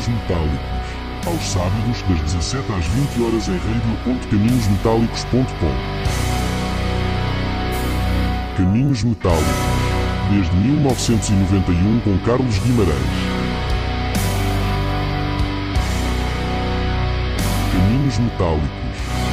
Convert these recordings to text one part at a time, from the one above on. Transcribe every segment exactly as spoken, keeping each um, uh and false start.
Caminhos Metálicos, aos sábados das dezassete às vinte horas em radio ponto caminhos metálicos ponto com. Caminhos Metálicos, desde mil novecentos e noventa e um com Carlos Guimarães. Caminhos Metálicos.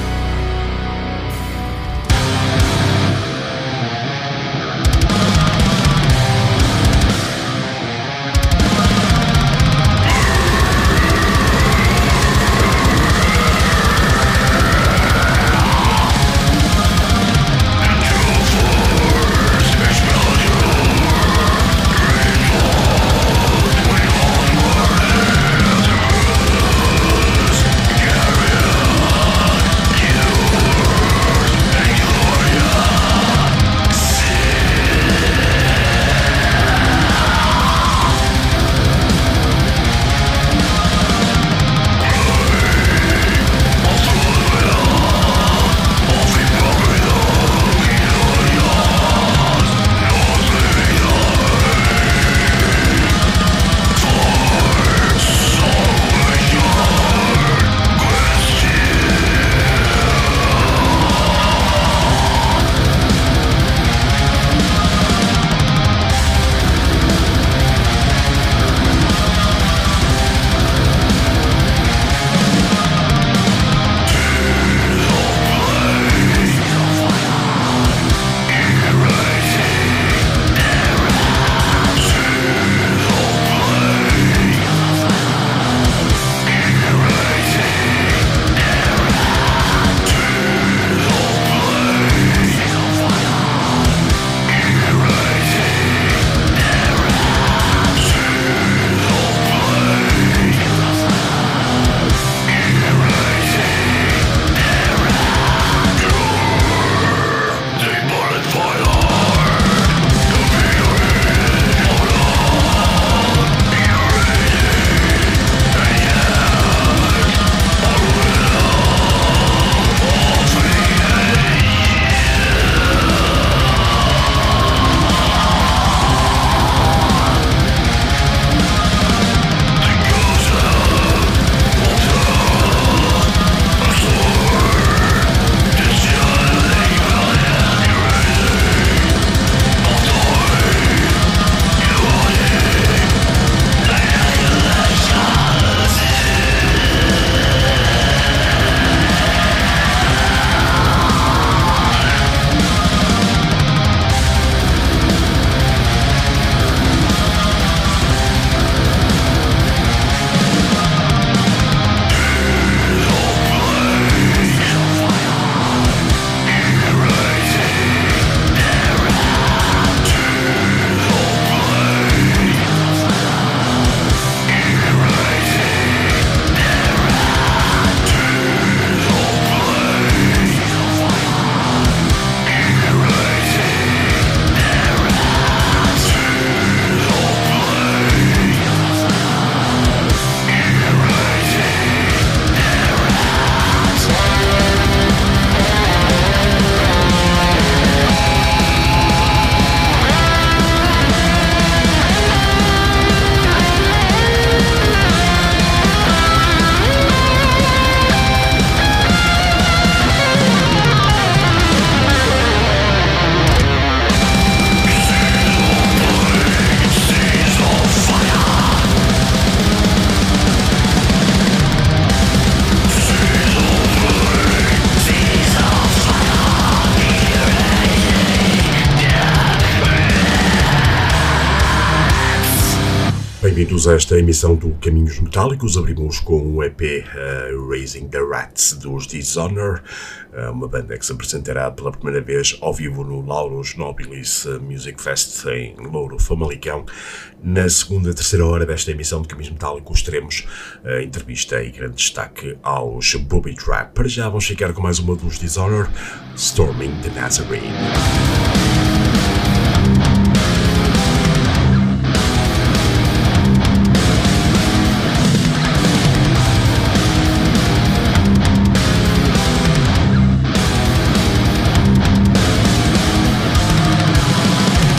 Bem-vindos a esta emissão do Caminhos Metálicos. Abrimos com o E P uh, Raising the Rats dos Dishonor, uh, uma banda que se apresentará pela primeira vez ao vivo no Laurus Nobilis Music Fest em Louro, Famalicão. Na segunda e terceira hora desta emissão de Caminhos Metálicos teremos a uh, entrevista e grande destaque aos Booby Trap. Para já vamos ficar com mais uma dos Dishonor, Storming the Nazarene.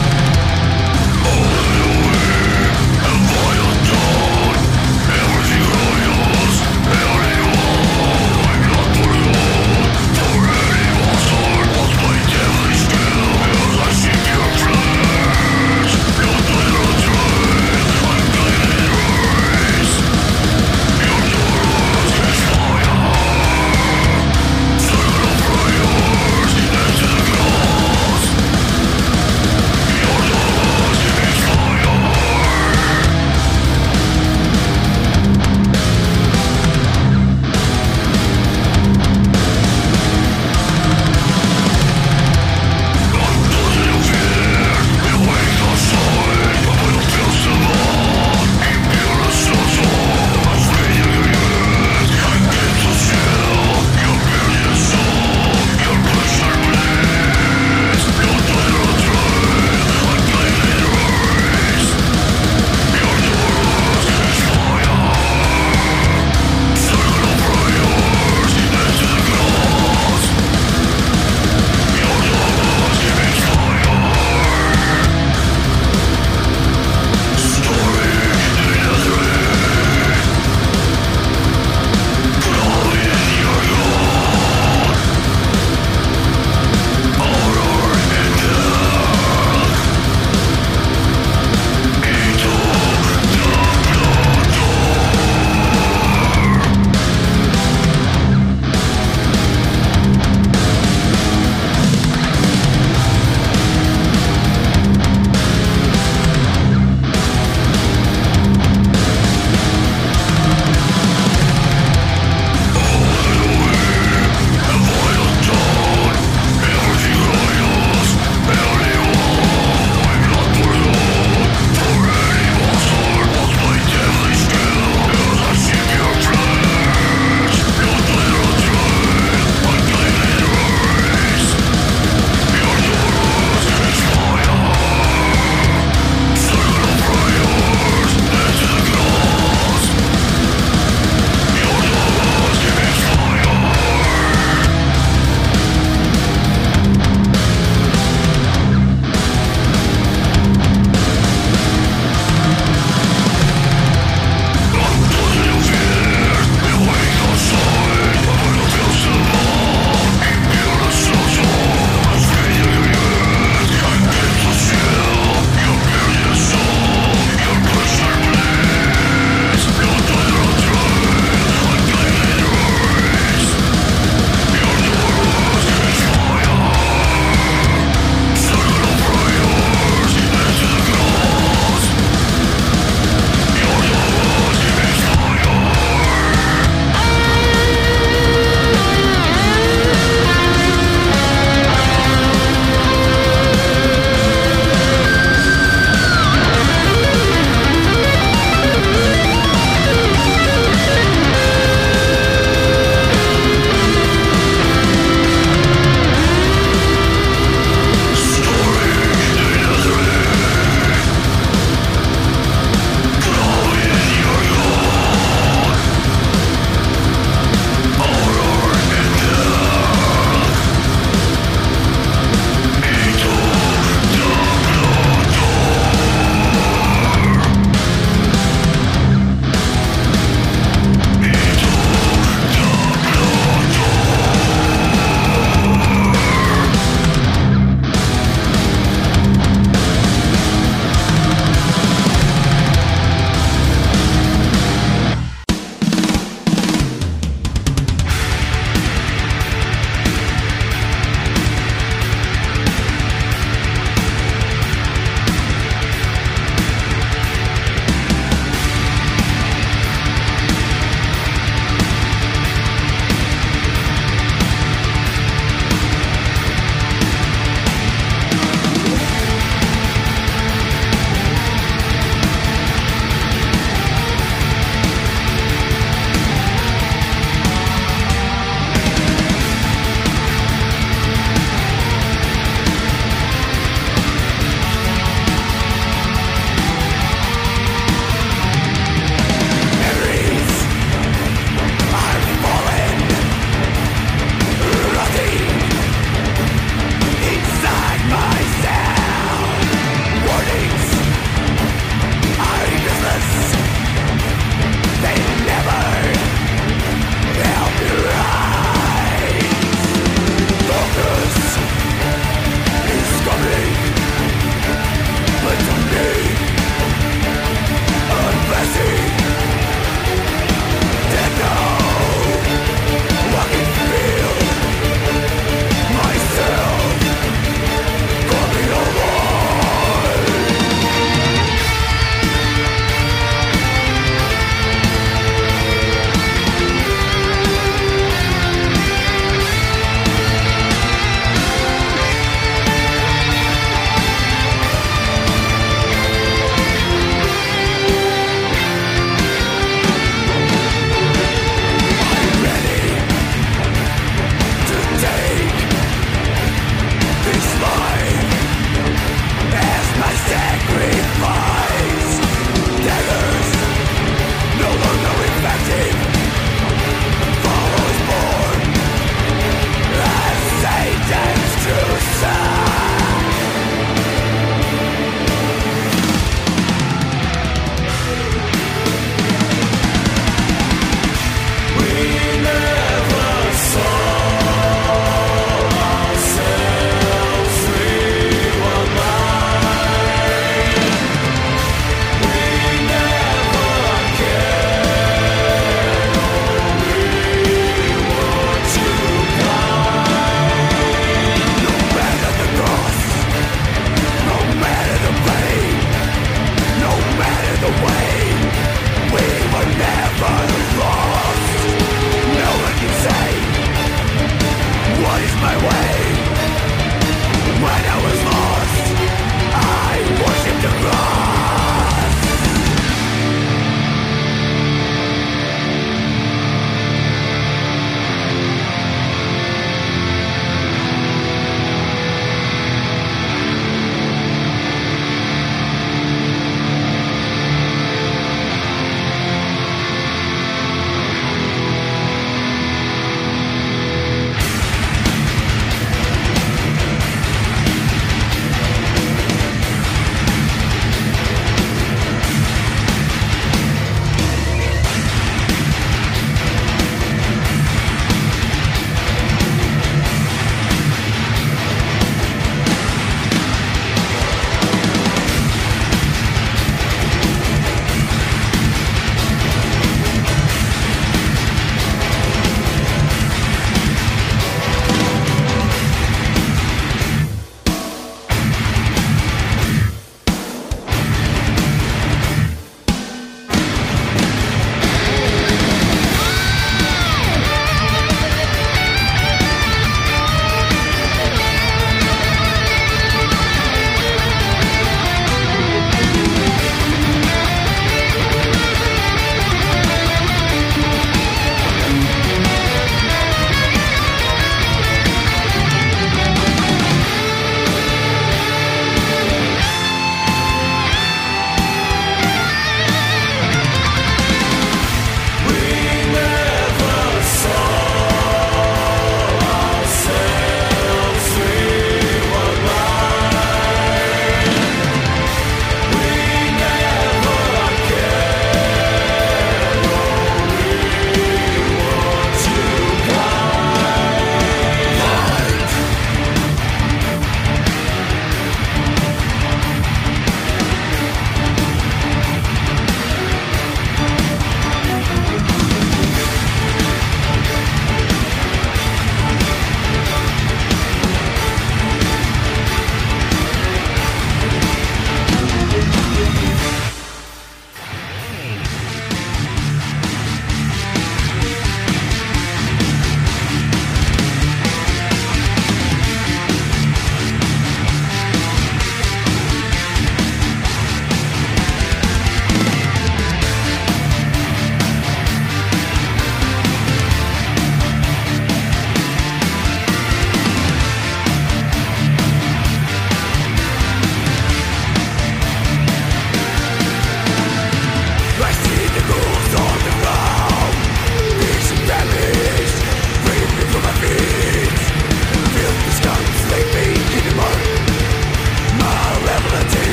Everything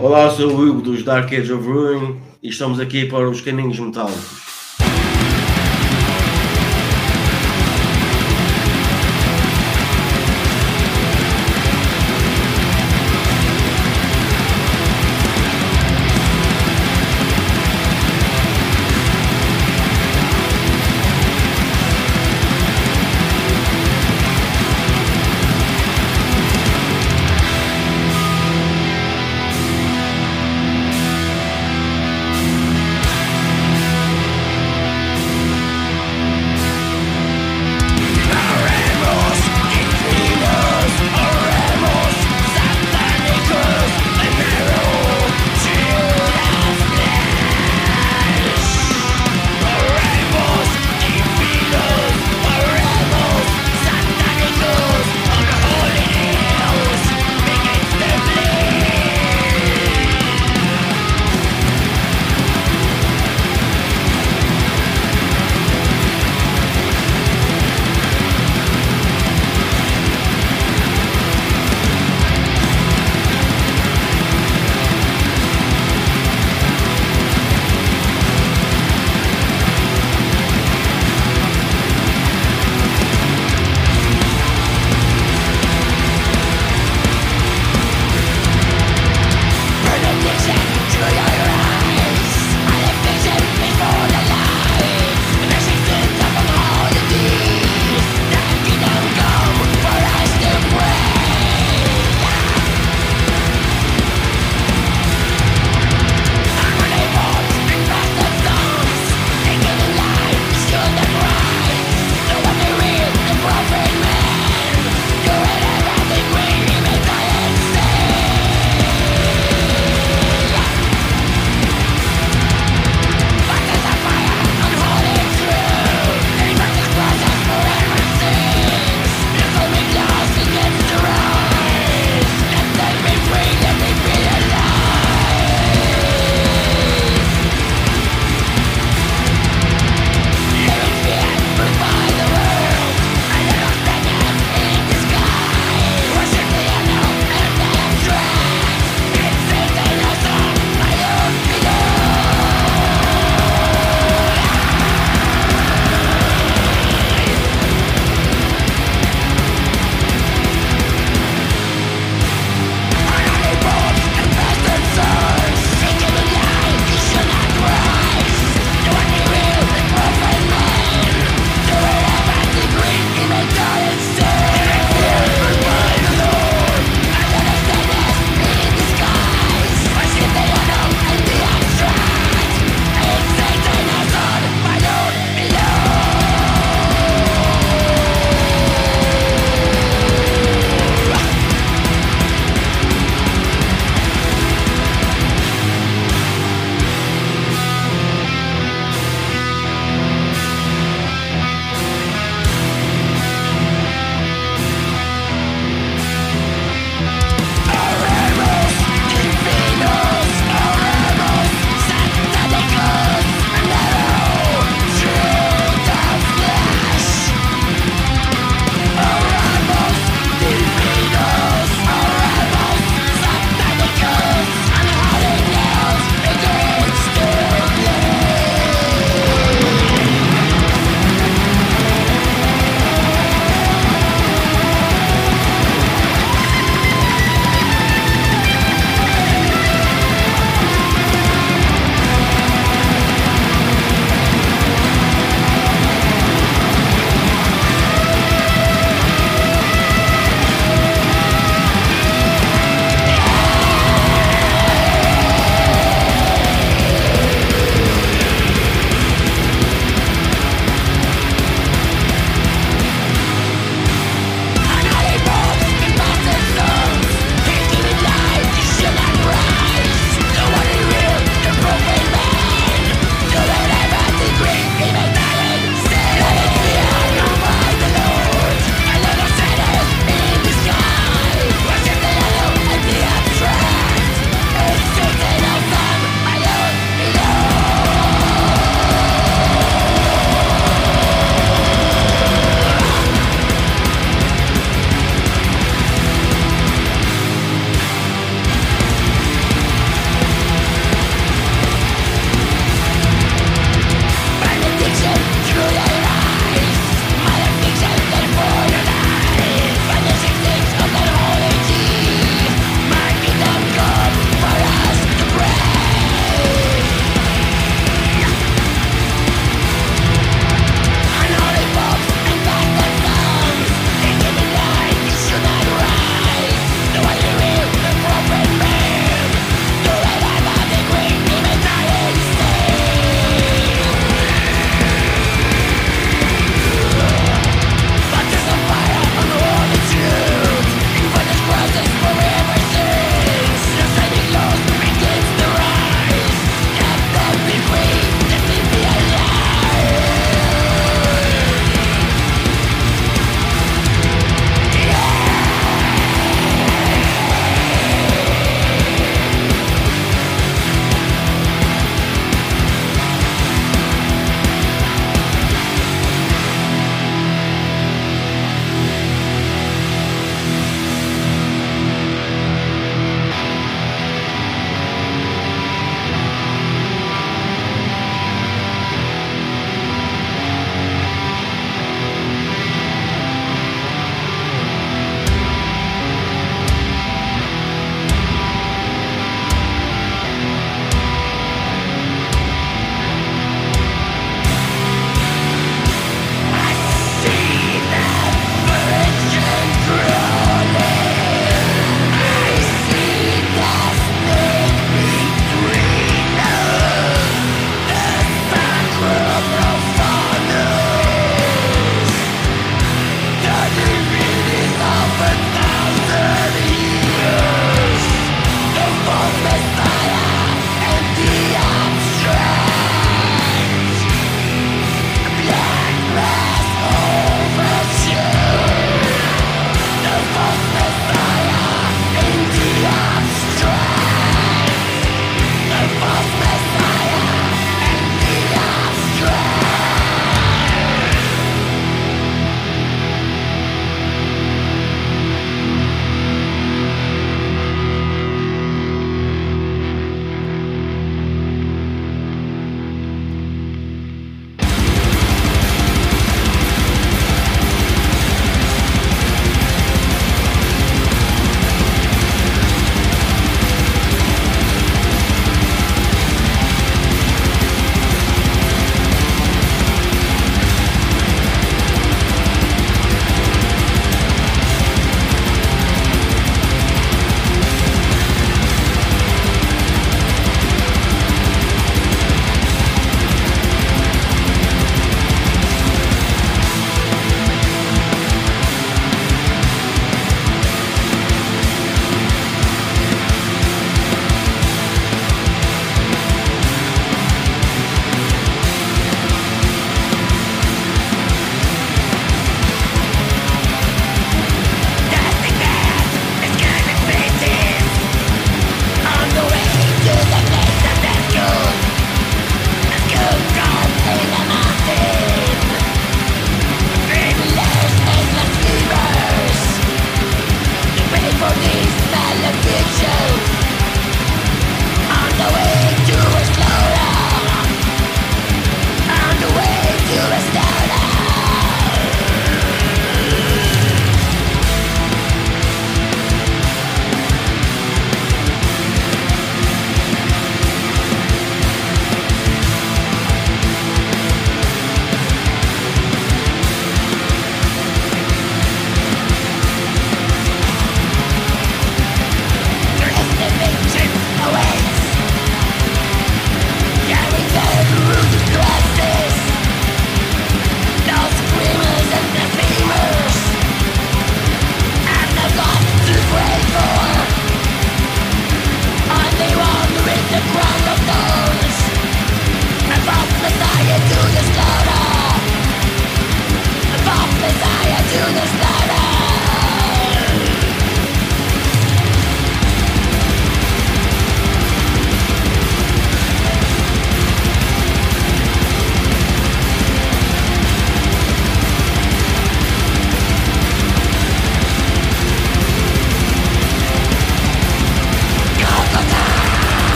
Olá, sou o Hugo dos Dark Age of Ruin e estamos aqui para os Caminhos Metálicos.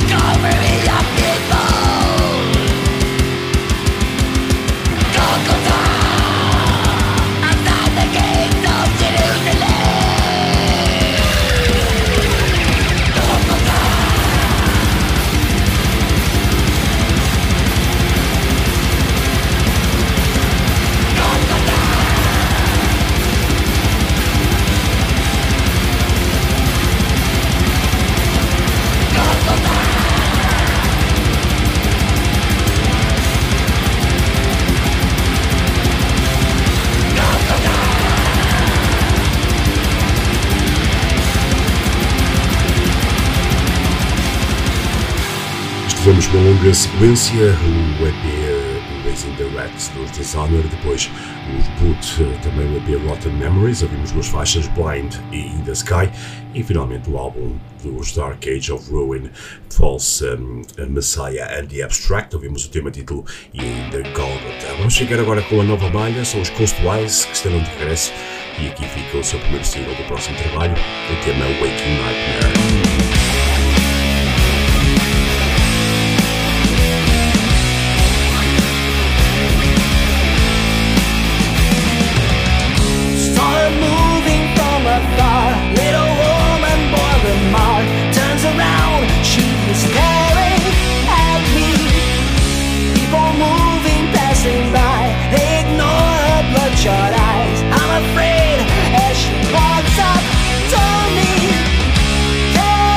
Vamos uma longa sequência, o E P Raising the Rats dos Dishonor, depois o debut, também o E P Rotten Memories, ouvimos duas faixas, Blind e In the Sky, e finalmente o álbum dos Dark Age of Ruin, False um, Messiah and the Abstract, ouvimos o tema título e In the Golgotha. Vamos chegar agora com a nova malha, são os Coastwise, que estarão de regresso, e aqui fica o seu primeiro single do próximo trabalho, o tema Waking Nightmare. Little woman bore the mark, turns around, she's staring at me. People moving, passing by, they ignore her bloodshot eyes. I'm afraid as she walks up to me. Can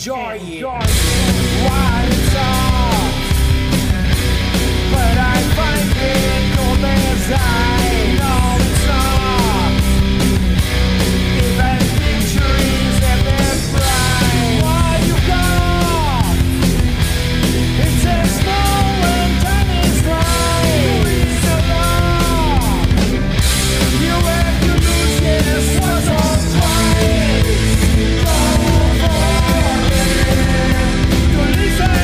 enjoy it while it's off. But I find it cold as I know it's off. Even pictures have been bright. Why you gone? It's a small and tiny strike. It's so long. You have to lose, yes, once or twice. Don't forget to listen.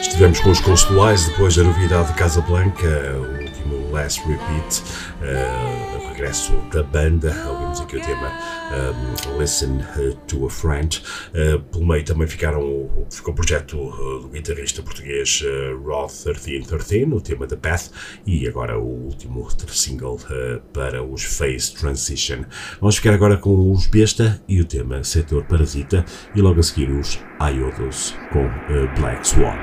Estivemos com os Constellais, depois a novidade de Casablanca, o último Last Repeat, uh, o regresso da banda. Ouvimos aqui o tema um, Listen to a Friend. Uh, pelo meio também ficaram, ficou o projeto uh, do guitarrista português uh, Rod treze treze, o tema da Path, e agora o último single uh, para os Phase Transition. Vamos ficar agora com os Besta e o tema Setor Parasita, e logo a seguir os Iodos com uh, Black Swan.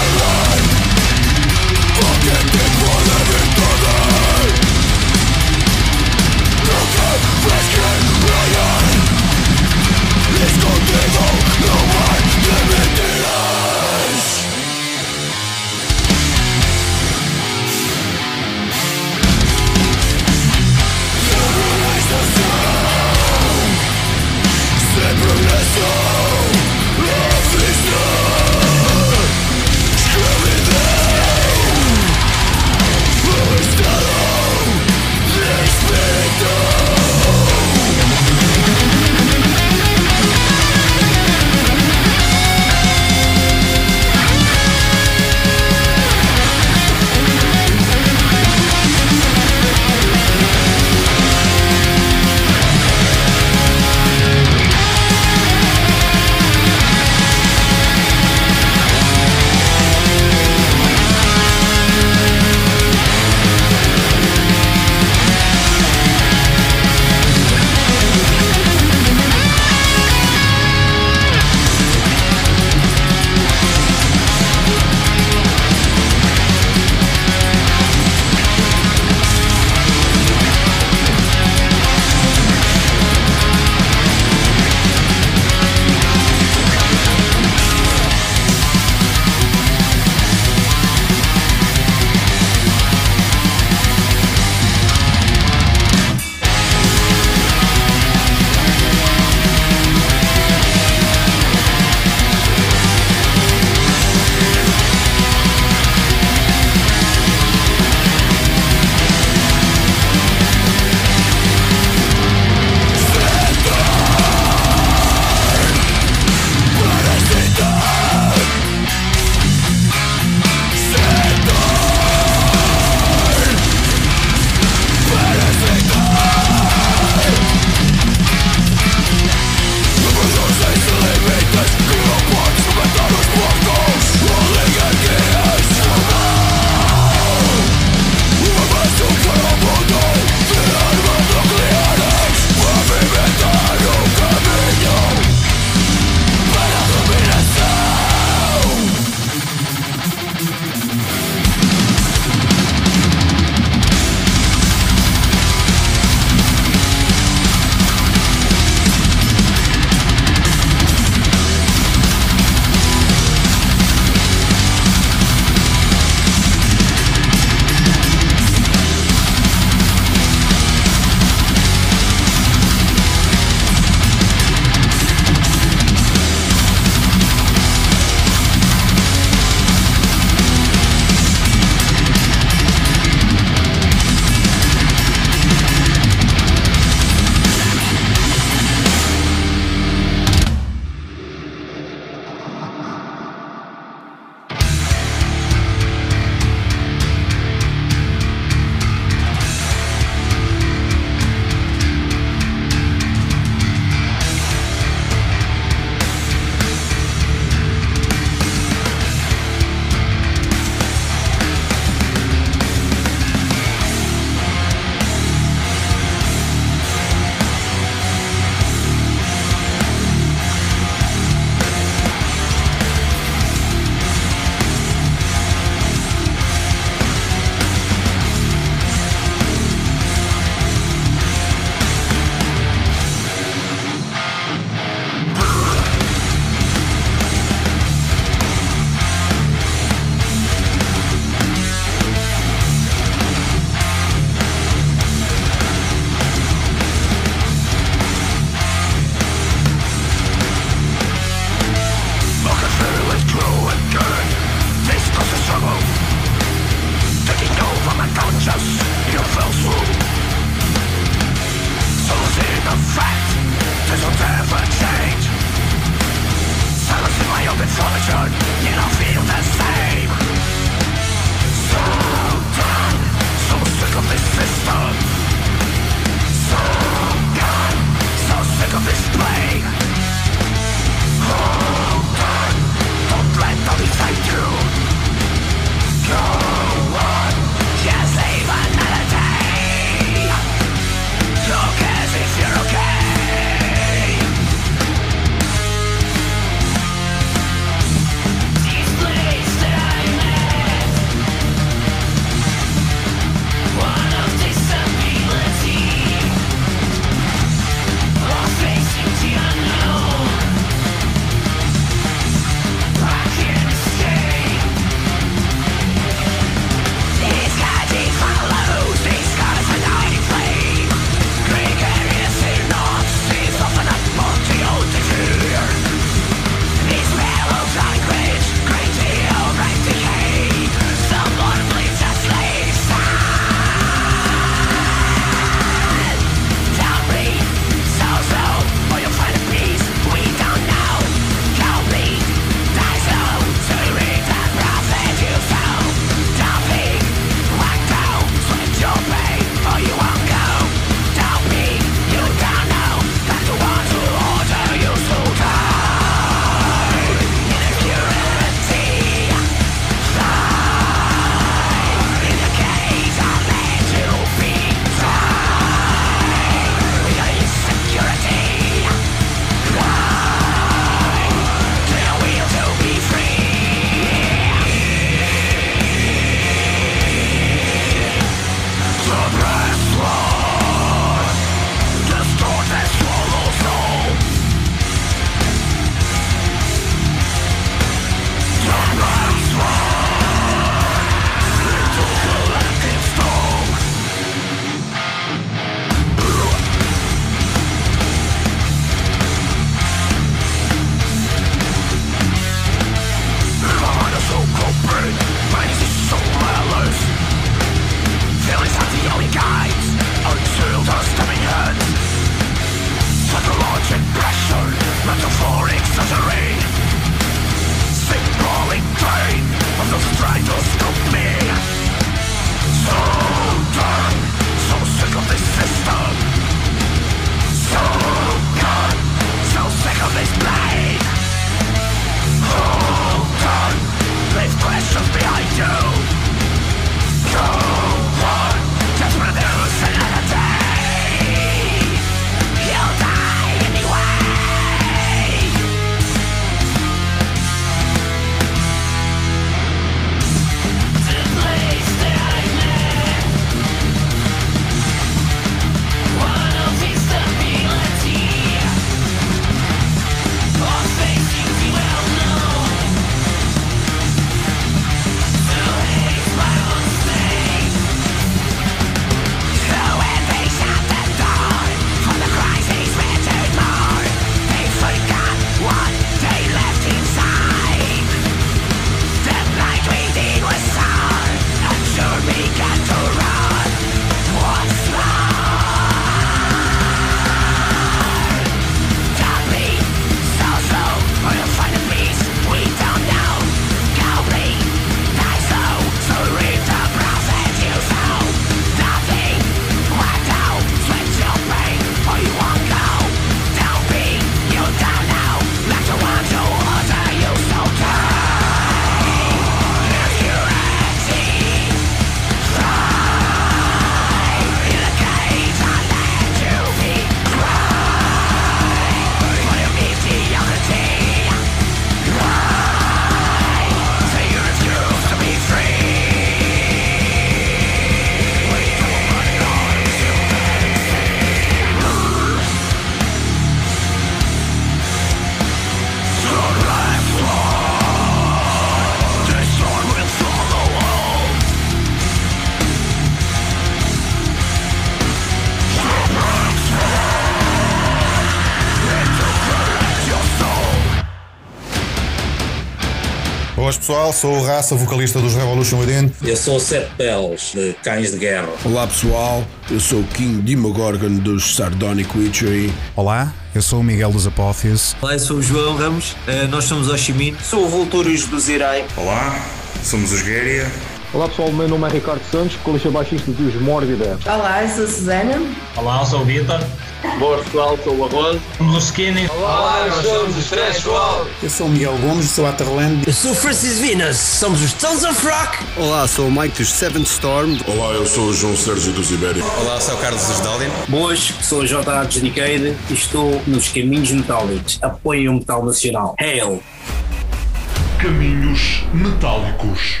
Boas pessoal, sou o Raça, vocalista dos Revolution Within. Eu sou o Sete Peles, de Cães de Guerra. Olá pessoal, eu sou o King Demogorgon dos Sardonic Witchery. Olá, eu sou o Miguel dos Apófios. Olá, eu sou o João Ramos, nós somos Oshimin. Sou o Vultúrios do Zirai. Olá, somos os Guéria. Olá pessoal, o meu nome é Ricardo Santos, vocalista baixista dos Mórbida. Olá, eu sou a Susana. Olá, eu sou o Vitor. Boa pessoal, sou o Arroz. Somos os Skinny. Olá, nós somos os Threshold. Eu sou o Miguel Gomes, sou a Aterland. Eu sou o Francis Vinas, somos os Tons of Rock. Olá, sou o Mike dos Seventh Storm. Olá, eu sou o João Sérgio dos Ibérico. Olá, sou o Carlos dos Dalian. Boas, sou o J A Decade e estou nos Caminhos Metálicos. Apoiem o metal nacional. Hail! Caminhos Metálicos.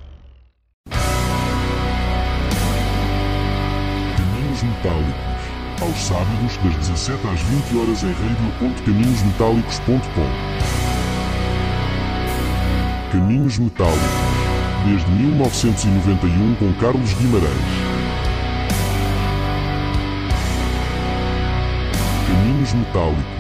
Caminhos Metálicos. Aos sábados, das dezassete às vinte horas em radio ponto caminhos metálicos ponto com. Caminhos Metálicos. Desde mil novecentos e noventa e um com Carlos Guimarães. Caminhos Metálicos.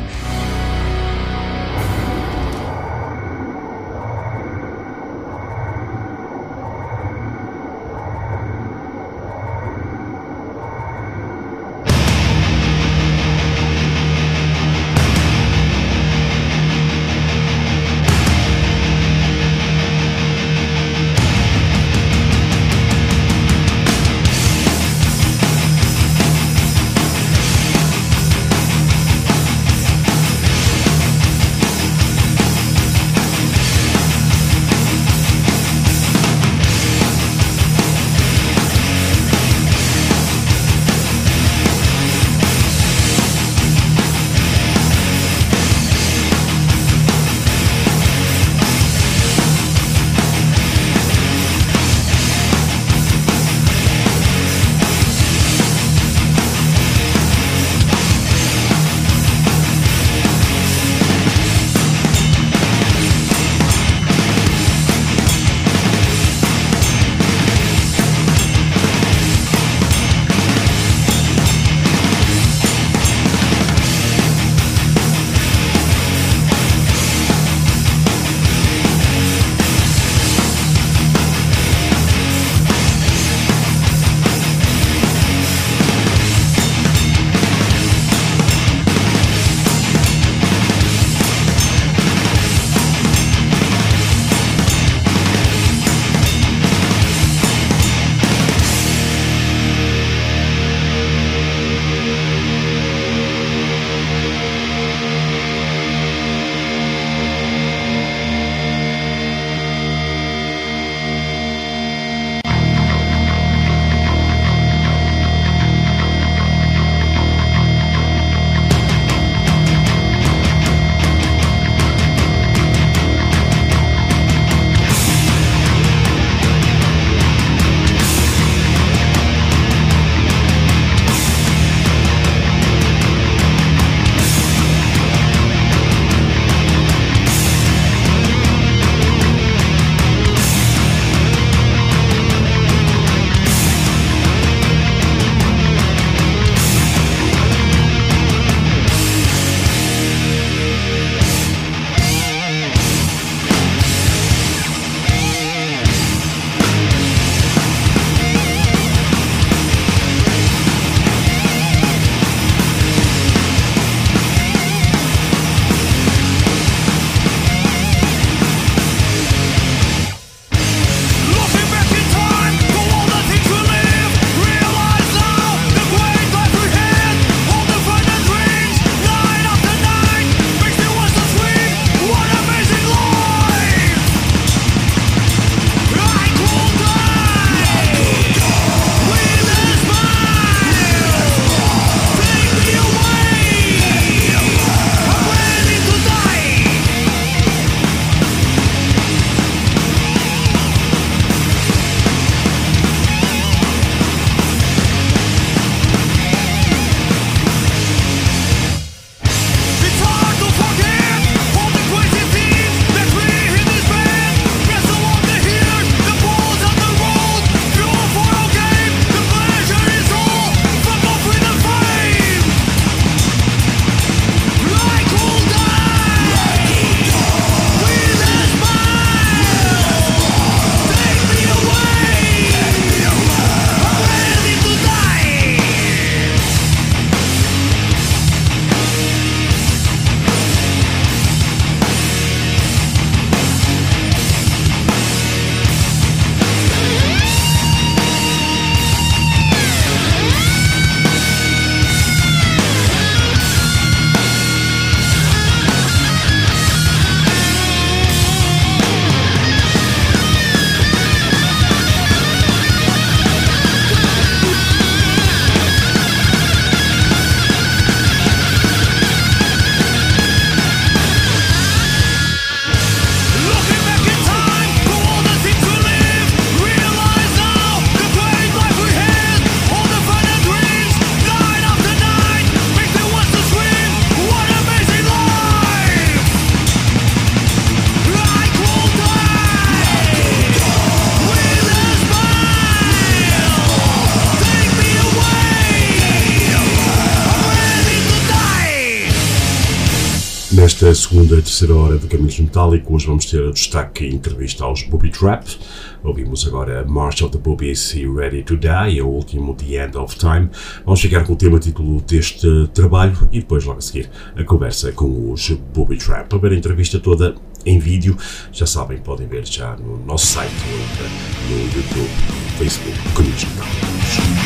nesta segunda e terceira hora de Caminhos Metálicos. Hoje vamos ter o destaque e entrevista aos Booby Trap. Ouvimos agora March of the Boobies e Ready to Die, e o último The End of Time. Vamos ficar com o tema título deste trabalho e depois logo a seguir a conversa com os Booby Trap. A ver a entrevista toda em vídeo, já sabem, podem ver já no nosso site ou no YouTube, no Facebook, Caminhos Metálicos.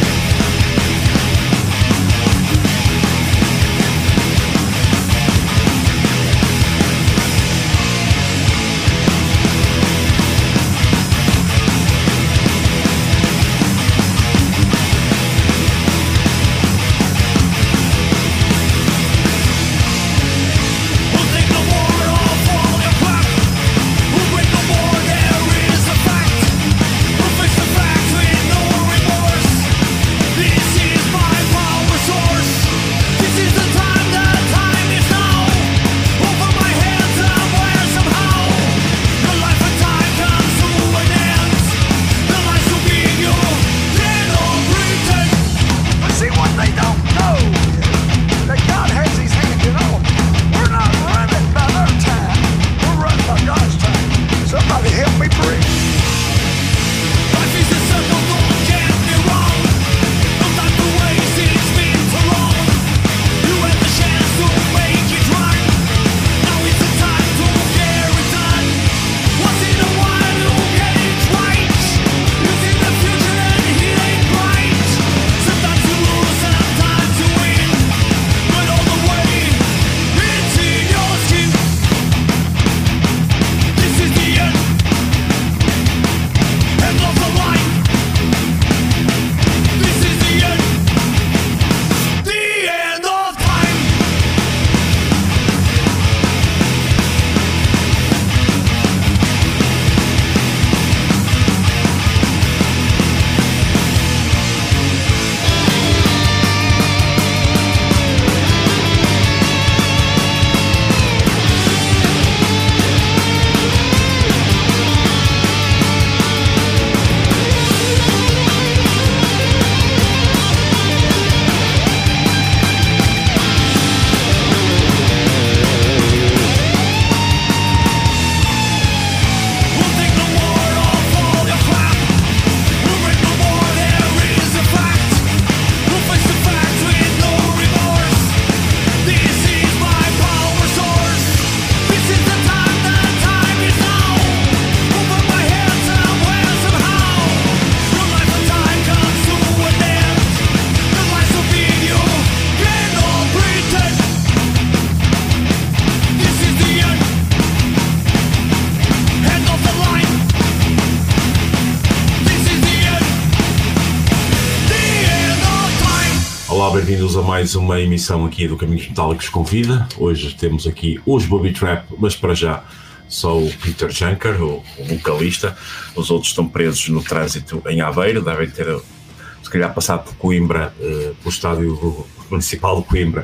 Bem-vindos a mais uma emissão aqui do Caminhos Metálicos Convida. Hoje temos aqui os Booby Trap, mas para já só o Peter Junker, o, o vocalista. Os outros estão presos no trânsito em Aveiro, devem ter, se calhar, passado por Coimbra, uh, pelo estádio municipal de Coimbra,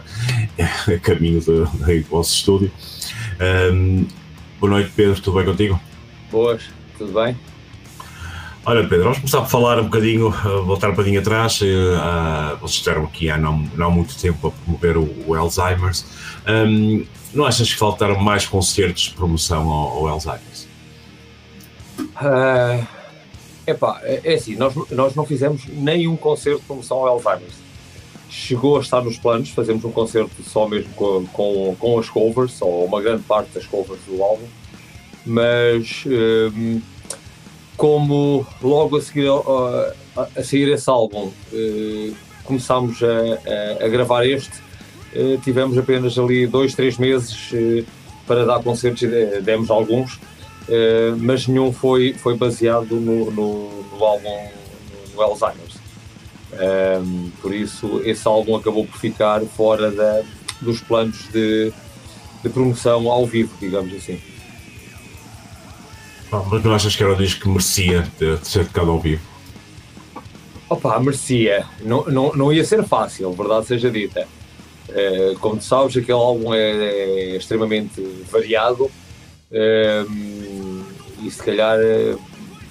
a caminho do, do vosso estúdio. Um, boa noite, Pedro, tudo bem contigo? Boas, tudo bem? Olha, Pedro, vamos começar por falar um bocadinho, voltar um bocadinho atrás. Uh, vocês estiveram aqui há não, não há muito tempo a promover o, o Alzheimer's. Um, não achas que faltaram mais concertos de promoção ao, ao Alzheimer's? Uh, epá, é assim, nós, nós não fizemos nenhum concerto de promoção ao Alzheimer's. Chegou a estar nos planos, fazemos um concerto só mesmo com, com, com as covers, ou uma grande parte das covers do álbum, mas... Um, como logo a seguir a, a, a sair esse álbum eh, começámos a, a, a gravar este, eh, tivemos apenas ali dois, três meses eh, para dar concertos, e demos alguns, eh, mas nenhum foi, foi baseado no, no, no álbum, no Alzheimer's. Eh, por isso esse álbum acabou por ficar fora da, dos planos de, de promoção ao vivo, digamos assim. Ah, mas não achas que era um disco que merecia de, de ser tocado ao vivo? Opa, merecia. Não, não, não ia ser fácil, verdade seja dita. Uh, como tu sabes, aquele álbum é, é extremamente variado uh, e se calhar uh,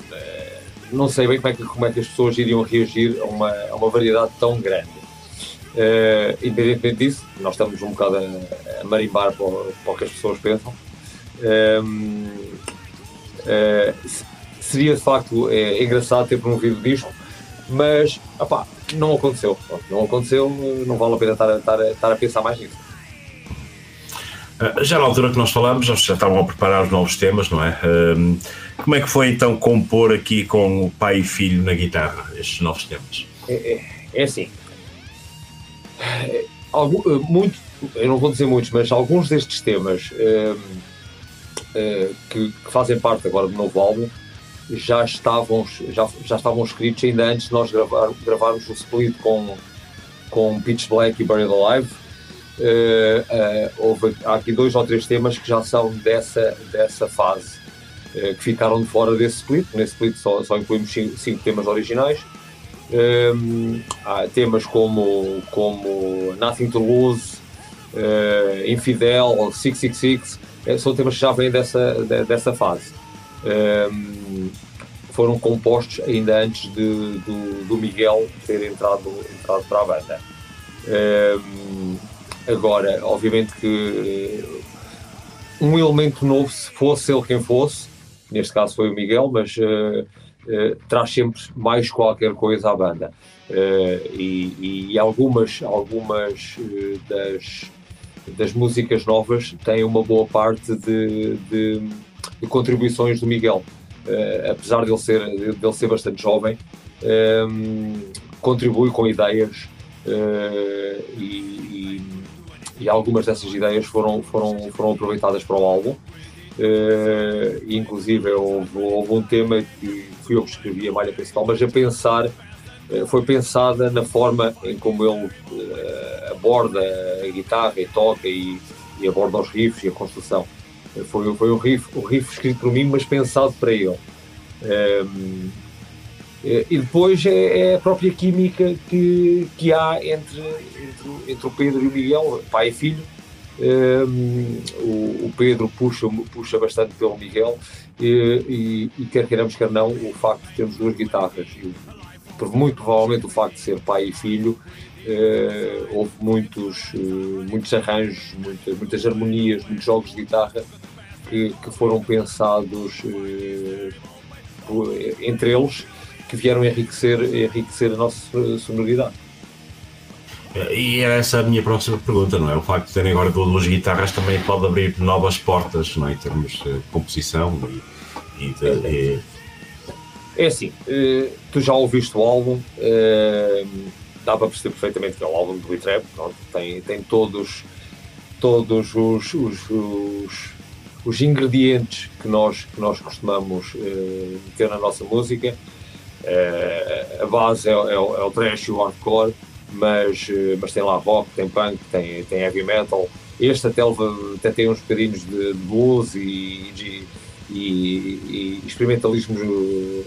não sei bem como é, que, como é que as pessoas iriam reagir a uma, a uma variedade tão grande. Uh, independentemente disso, nós estamos um bocado a, a marimbar para o, para o que as pessoas pensam. Um, uh, seria de facto é, engraçado ter promovido o disco, mas opá, não aconteceu. Não aconteceu, não vale a pena estar, estar, estar a pensar mais nisso. Já na altura que nós falamos, já estavam a preparar os novos temas, não é? Um, como é que foi então compor aqui com o pai e filho na guitarra estes novos temas? É, é, é assim, é, algum, muito, eu não vou dizer muitos, mas alguns destes temas é, é, que, que fazem parte agora do novo álbum já estavam, já, já estavam escritos ainda antes de nós gravar, gravarmos o split com, com Pitch Black e Buried Alive. Uh, uh, houve, há aqui dois ou três temas que já são dessa, dessa fase, uh, que ficaram de fora desse split. Nesse split só, só incluímos cinco, cinco temas originais. Um, há temas como, como Nothing to Lose, uh, Infidel, seis seis seis, uh, são temas que já vêm dessa, de, dessa fase. Um, foram compostos ainda antes de, do, do Miguel ter entrado, entrado para a banda. Um, Agora, obviamente que um elemento novo, se fosse ele quem fosse, neste caso foi o Miguel, mas uh, uh, traz sempre mais qualquer coisa à banda. Uh, e, e algumas, algumas uh, das, das músicas novas têm uma boa parte de, de, de contribuições do Miguel. Uh, apesar de ele ser, de ele ser bastante jovem, um, contribui com ideias uh, e, e e algumas dessas ideias foram, foram, foram aproveitadas para o álbum. Uh, inclusive houve, houve um tema que fui eu que escrevi, a malha principal, mas a pensar, uh, foi pensada na forma em como ele uh, aborda a guitarra e toca e, e aborda os riffs e a construção. Uh, foi, foi um riff, um riff escrito por mim, mas pensado para ele. Uh, E depois é a própria química que, que há entre, entre, entre o Pedro e o Miguel, pai e filho. Um, o, o Pedro puxa, puxa bastante pelo Miguel e, e, e quer queiramos, quer não, o facto de termos duas guitarras, e, muito provavelmente o facto de ser pai e filho, uh, houve muitos, uh, muitos arranjos, muitas, muitas harmonias, muitos jogos de guitarra que, que foram pensados uh, por, entre eles, que vieram enriquecer, enriquecer a nossa sonoridade. E era essa a minha próxima pergunta, não é? O facto de terem agora duas guitarras também pode abrir novas portas, não é? Em termos de composição e, e de... É, e... é assim, tu já ouviste o álbum, dá para perceber perfeitamente que é o álbum do We Trap, tem, tem todos, todos os, os, os, os ingredientes que nós, que nós costumamos ter na nossa música. Uh, a base é, é, é o thrash e o hardcore, mas, uh, mas tem lá rock, tem punk, tem, tem heavy metal. Este até, até tem uns bocadinhos de, de blues e, de, e, e experimentalismo uh,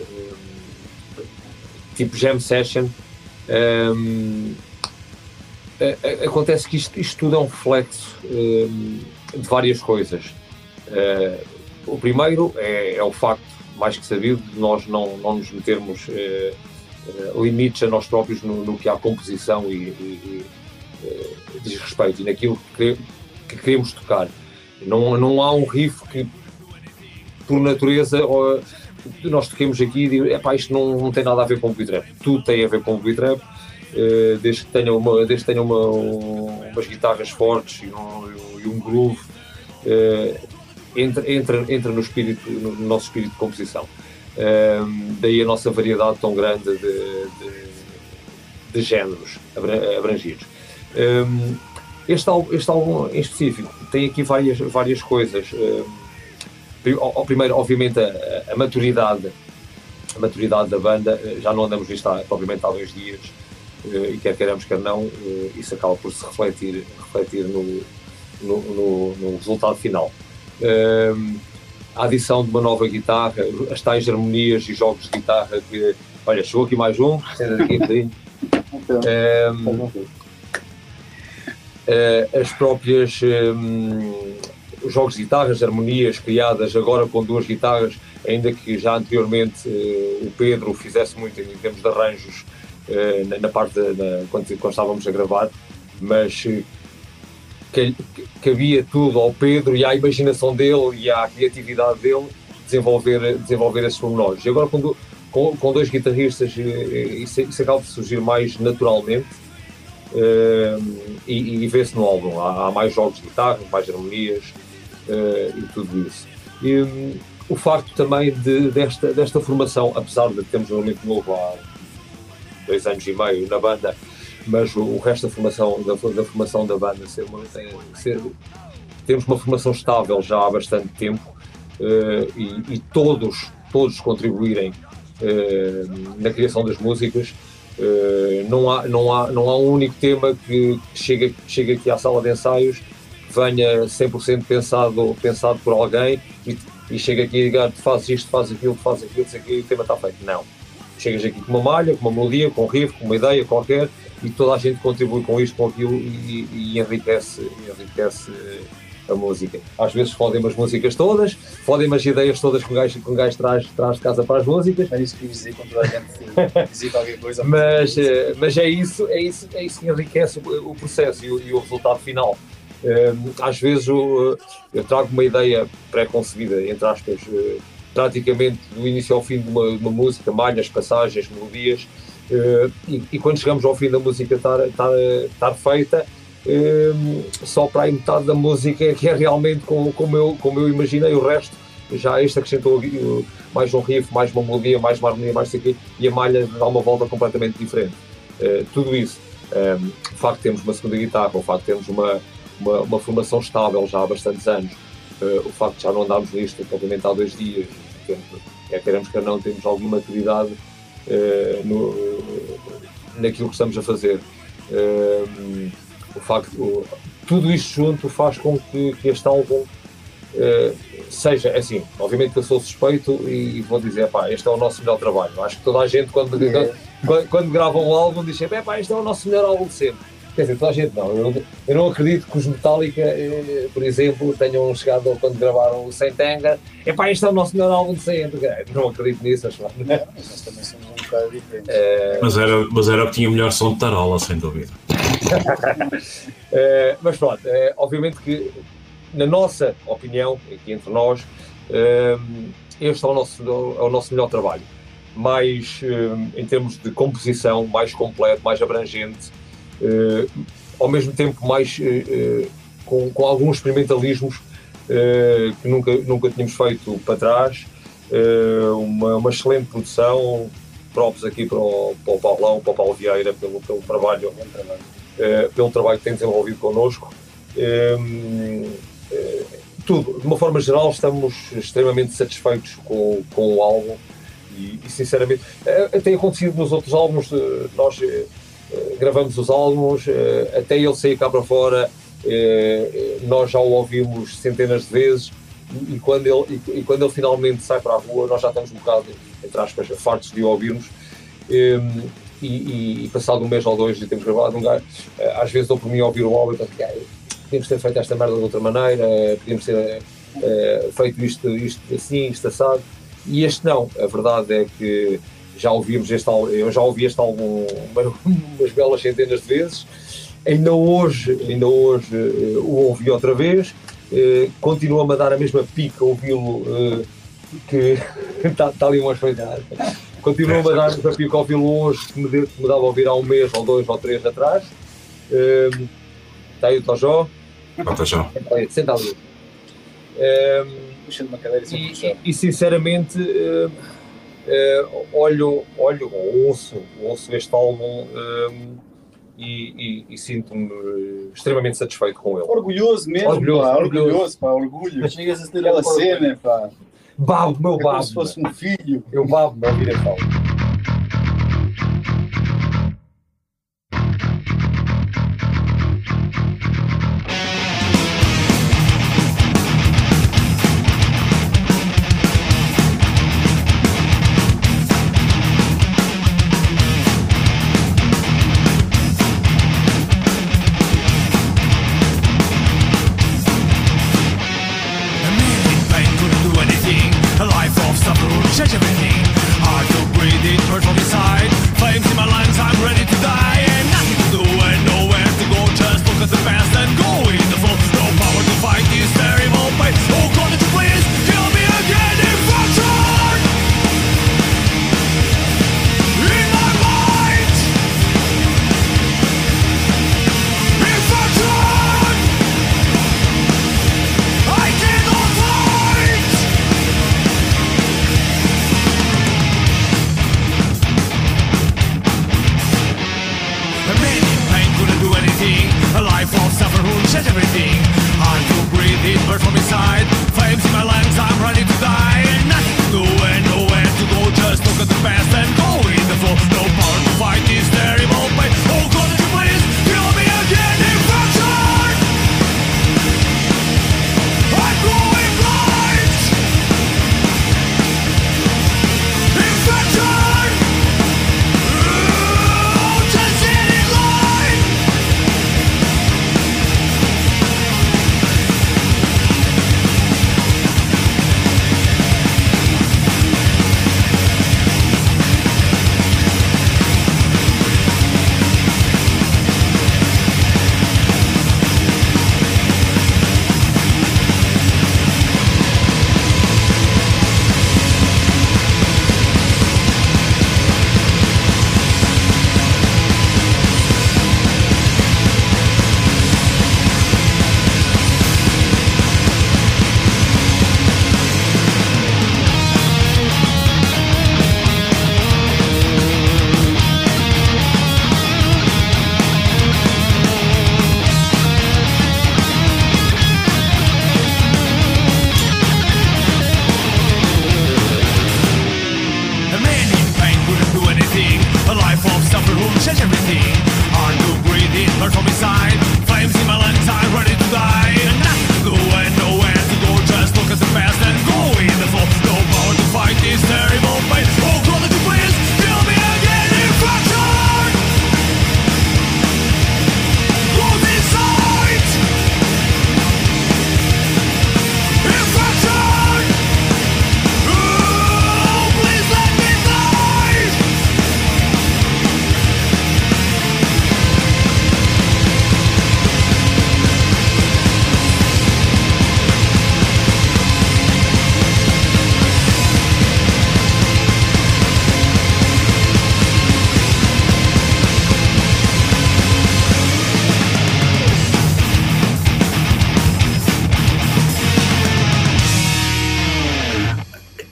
tipo jam session. Um, a, a, acontece que isto, isto tudo é um reflexo um, de várias coisas. Uh, o primeiro é, é o facto, mais que sabido, de nós não, não nos metermos eh, limites a nós próprios no, no que há composição e, e, e diz respeito e naquilo que, que queremos tocar. Não, não há um riff que, por natureza, ou, nós toquemos aqui e digamos, epá, isto não, não tem nada a ver com o beat rap. Tudo tem a ver com o beat rap, eh, desde que tenha, uma, desde que tenha uma, um, umas guitarras fortes e um, e um groove. Eh, Entra, entra, entra no, espírito, no nosso espírito de composição. Um, daí a nossa variedade tão grande de, de, de géneros abrangidos. Um, este, álbum, este álbum em específico tem aqui várias, várias coisas. Um, ao, ao primeiro, obviamente, a, a maturidade a maturidade da banda. Já não andamos nisto há, propriamente há dois dias, uh, e quer queiramos, quer não, uh, isso acaba por se refletir, refletir no, no, no, no resultado final. Um, a adição de uma nova guitarra, as tais harmonias e jogos de guitarra que, olha, chegou aqui mais um, sendo aqui um bocadinho. Um, uh, as próprias um, jogos de guitarras, harmonias criadas agora com duas guitarras, ainda que já anteriormente uh, o Pedro fizesse muito em termos de arranjos uh, na, na parte de, na, quando, quando estávamos a gravar, mas uh, que, que havia tudo ao Pedro e à imaginação dele e à criatividade dele desenvolver, desenvolver esses pormenores. E agora quando, com, com dois guitarristas uh, isso, isso acaba de surgir mais naturalmente. Uh, e, e vê-se no álbum, há, há mais jogos de guitarra, mais harmonias uh, e tudo isso. E um, o facto também de, desta, desta formação, apesar de termos um elemento novo há dois anos e meio na banda, mas o, o resto da formação da, da formação da banda ser uma, ser, temos uma formação estável já há bastante tempo uh, e, e todos, todos contribuírem uh, na criação das músicas. Uh, não, há, não, há, não há um único tema que chega, chega aqui à sala de ensaios que venha cem por cento pensado, pensado por alguém e, e chega aqui e diga, faz isto, faz aquilo, faz aquilo, e o tema está feito. Não. Chegas aqui com uma malha, com uma melodia, com um riff, com uma ideia qualquer e toda a gente contribui com isto, com aquilo e, e enriquece, enriquece a música. Às vezes fodem as músicas todas, fodem as ideias todas que um gajo, que um gajo traz, traz de casa para as músicas. É isso que eu dizer quando toda a gente dizia qualquer coisa. Mas, mas é, isso, é, isso, é isso que enriquece o, o processo e o, e o resultado final. Um, às vezes eu, eu trago uma ideia pré-concebida, entre aspas, praticamente do início ao fim de uma, de uma música, malhas, passagens, melodias, uh, e, e quando chegamos ao fim da música estar, estar, estar feita, Um, só para aí metade da música é que é realmente como, como, eu, como eu imaginei, o resto já este acrescentou mais um riff, mais uma melodia, mais uma harmonia, mais isso aqui, e a malha dá uma volta completamente diferente. Uh, tudo isso, um, o facto de termos uma segunda guitarra, o facto de termos uma, uma, uma formação estável já há bastantes anos, uh, o facto de já não andarmos nisto obviamente há dois dias, temos, é, queremos que não, temos alguma maturidade uh, no, naquilo que estamos a fazer. Uh, O facto, tudo isto junto faz com que, que este álbum uh, seja, assim, obviamente que eu sou suspeito e, e vou dizer, pá, este é o nosso melhor trabalho. Acho que toda a gente quando, é. quando, quando grava um álbum diz, pá, este é o nosso melhor álbum de sempre. Quer dizer, toda a gente não, eu, eu não acredito que os Metallica, eh, por exemplo, tenham chegado quando gravaram o Saint Anger, é pá, este é o nosso melhor álbum de sempre. Não acredito nisso, acho que não. Nós também somos um bocado diferentes. Uh, mas, era, mas era o que tinha o melhor som de tarola, sem dúvida. uh, mas pronto, uh, obviamente que na nossa opinião, aqui entre nós, uh, este é o, nosso, é o nosso melhor trabalho, mais uh, em termos de composição, mais completo, mais abrangente, uh, ao mesmo tempo mais uh, uh, com, com alguns experimentalismos uh, que nunca, nunca tínhamos feito para trás, uh, uma, uma excelente produção, props aqui para o, para o Paulão, para o Paulo Vieira pelo, pelo trabalho, Uh, pelo trabalho que tem desenvolvido connosco. Uh, uh, tudo, de uma forma geral, estamos extremamente satisfeitos com, com o álbum e, e sinceramente, uh, tem acontecido nos outros álbuns, uh, nós uh, gravamos os álbuns, uh, até ele sair cá para fora, uh, nós já o ouvimos centenas de vezes e, e, quando ele, e, e quando ele finalmente sai para a rua, nós já estamos um bocado, entre aspas, fartos de o ouvirmos. Um, E, e, e passado um mês ou dois e temos gravado um gajo, às vezes dou por mim a ouvir o álbum e penso que podíamos ter feito esta merda de outra maneira, podíamos ter uh, feito isto, isto assim, isto assado, e este não. A verdade é que já ouvimos este álbum, eu já ouvi este álbum umas belas centenas de vezes, ainda hoje, ainda hoje uh, o ouvi outra vez, uh, continua-me a dar a mesma pica ouvi-lo, uh, que está tá ali uma espreitada. Continuo-me a dar um desafio que ouvi-lo hoje, que me, de, que me dava a ouvir há um mês, ou dois, ou três atrás. Um, está aí o Tojó. O Tojó. Senta ali. Um, Puxa de uma cadeira e, e, e sinceramente, uh, uh, olho, olho, ou ouço, ouço este álbum um, e, e, e sinto-me extremamente satisfeito com ele. Orgulhoso mesmo, orgulhoso, pá, orgulhoso, orgulhoso, pá, orgulho. Chegas a ter aquela cena, pá. Babo, meu é babo. Como se fosse um filho. Eu babo-me a ouvir a fala. Change everything. Hard to breathe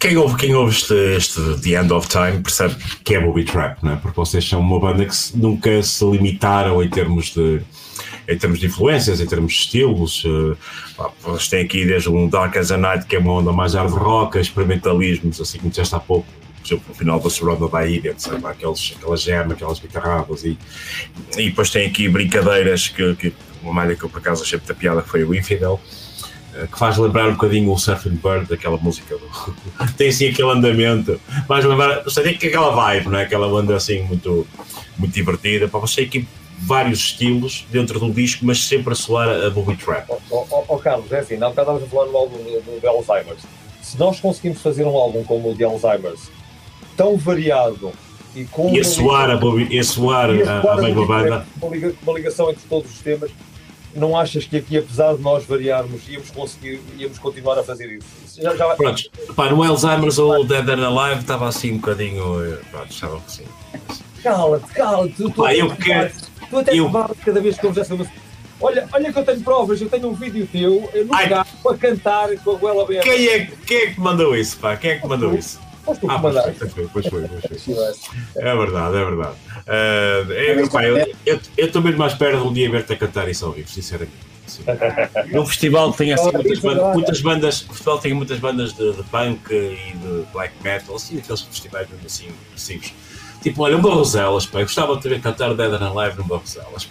quem ouve, quem ouve este, este The End of Time percebe que é Booby Trap, não é? Porque vocês são uma banda que se, nunca se limitaram em termos de em termos de influências, em termos de estilos. Uh, pá, vocês têm aqui desde um Dark as a Night, que é uma onda mais hard rock, experimentalismos, assim como disseste há pouco, por exemplo, no final da Surrounded by Idiots, aquelas, aquelas gemas, aquelas guitarradas, e, e depois tem aqui brincadeiras, que, que uma malha que eu por acaso achei muita piada, que foi o Infidel, que faz lembrar um bocadinho o Surfing Bird, daquela música do... tem assim aquele andamento, faz lembrar, não sei, tem aquela vibe, não é? Aquela banda assim muito, muito divertida. Para você aqui vários estilos dentro do disco, mas sempre a soar a Booby Trap. Ó oh, oh, oh, Carlos, é assim, há bocado estávamos a falar no álbum do, do Alzheimer's. Se nós conseguimos fazer um álbum como o de Alzheimer's, tão variado e com... E a soar a, Bobby, e a, soar a, a, a mesma banda. Uma, liga, uma ligação entre todos os temas. Não achas que aqui, apesar de nós variarmos, íamos conseguir, íamos continuar a fazer isso? Já, já... Pronto, pá, no Alzheimer's ou Dead and Alive estava assim um bocadinho... Pronto, estava assim. Cala-te, cala-te. Tu, tu, pá, eu quero... Tu até eu... te cada vez que eu já sei... Olha, olha que eu tenho provas, eu tenho um vídeo teu no carro a cantar com a goela bem aberta. Quem é, quem é que mandou isso, pá? Quem é que mandou isso? Pois tu ah, que mandaste. Pois foi, pois foi, pois foi. É verdade, é verdade. Uh, é, pá, eu estou mesmo à espera de um dia ver-te a cantar isso ao vivo, sinceramente. Num festival que tem assim muitas bandas, muitas bandas, o festival tem muitas bandas de, de punk e de black metal, assim, aqueles festivais mesmo assim, agressivos. Tipo, olha, um Barroselas, pá, eu gostava de ter cantar Dead and Alive num Barroselas.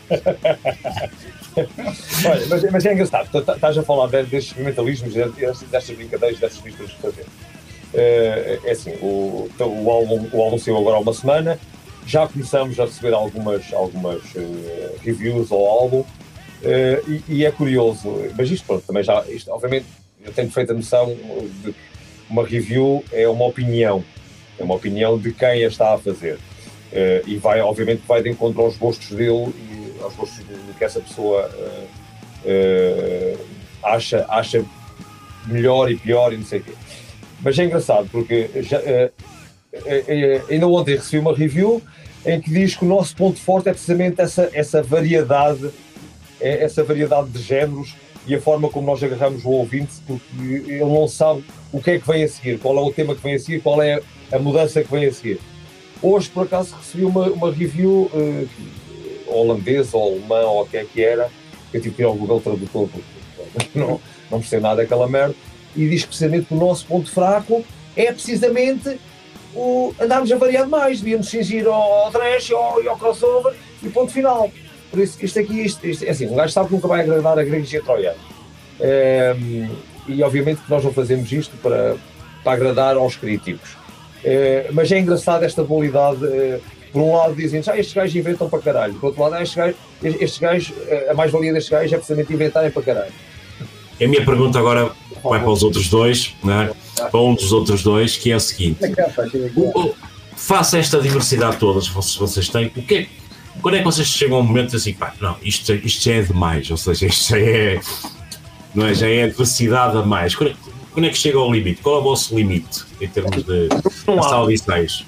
Olha, mas, mas é engraçado, tu estás a falar destes experimentalismos, destas brincadeiras, destas listas de fazer. Uh, é assim, o, o, álbum, o álbum saiu agora há uma semana, já começamos a receber algumas, algumas uh, reviews ao álbum, uh, e, e é curioso, mas isto, pronto, também já, isto, obviamente, eu tenho feito a noção de que uma review é uma opinião, é uma opinião de quem a está a fazer, uh, e vai, obviamente, vai de encontro aos gostos dele e aos gostos do que essa pessoa uh, uh, acha, acha melhor e pior e não sei o quê. Mas é engraçado porque já, uh, uh, uh, ainda ontem recebi uma review em que diz que o nosso ponto forte é precisamente essa, essa variedade, essa variedade de géneros e a forma como nós agarramos o ouvinte, porque ele não sabe o que é que vem a seguir, qual é o tema que vem a seguir, qual é a mudança que vem a seguir. Hoje, por acaso, recebi uma, uma review uh, holandesa ou alemã ou o que é que era, que eu tive que ir ao Google Tradutor porque não, não percebo nada daquela merda, e diz precisamente que o nosso ponto fraco é precisamente o andarmos a variar mais, devíamos cingir ao thrash e ao, ao crossover e ponto final. Por isso, isto aqui, isto, isto, é assim, um gajo sabe que nunca vai agradar a gregos e a troianos. Um, e obviamente que nós não fazemos isto para, para agradar aos críticos. Uh, mas é engraçado esta dualidade. Uh, por um lado dizem, ah, estes gajos inventam para caralho. Por outro lado, ah, estes gajos, estes gajos, a mais-valia destes gajos é precisamente inventarem para caralho. A minha pergunta agora vai para os outros dois, não é? Para um dos outros dois, que é o seguinte: o, face a esta diversidade toda que vocês têm, o que é, quando é que vocês chegam a um momento assim, pá, não, isto, isto já é demais, ou seja, isto já é, não é, já é diversidade a mais. Quando é, quando é que chega ao limite? Qual é o vosso limite em termos de audições?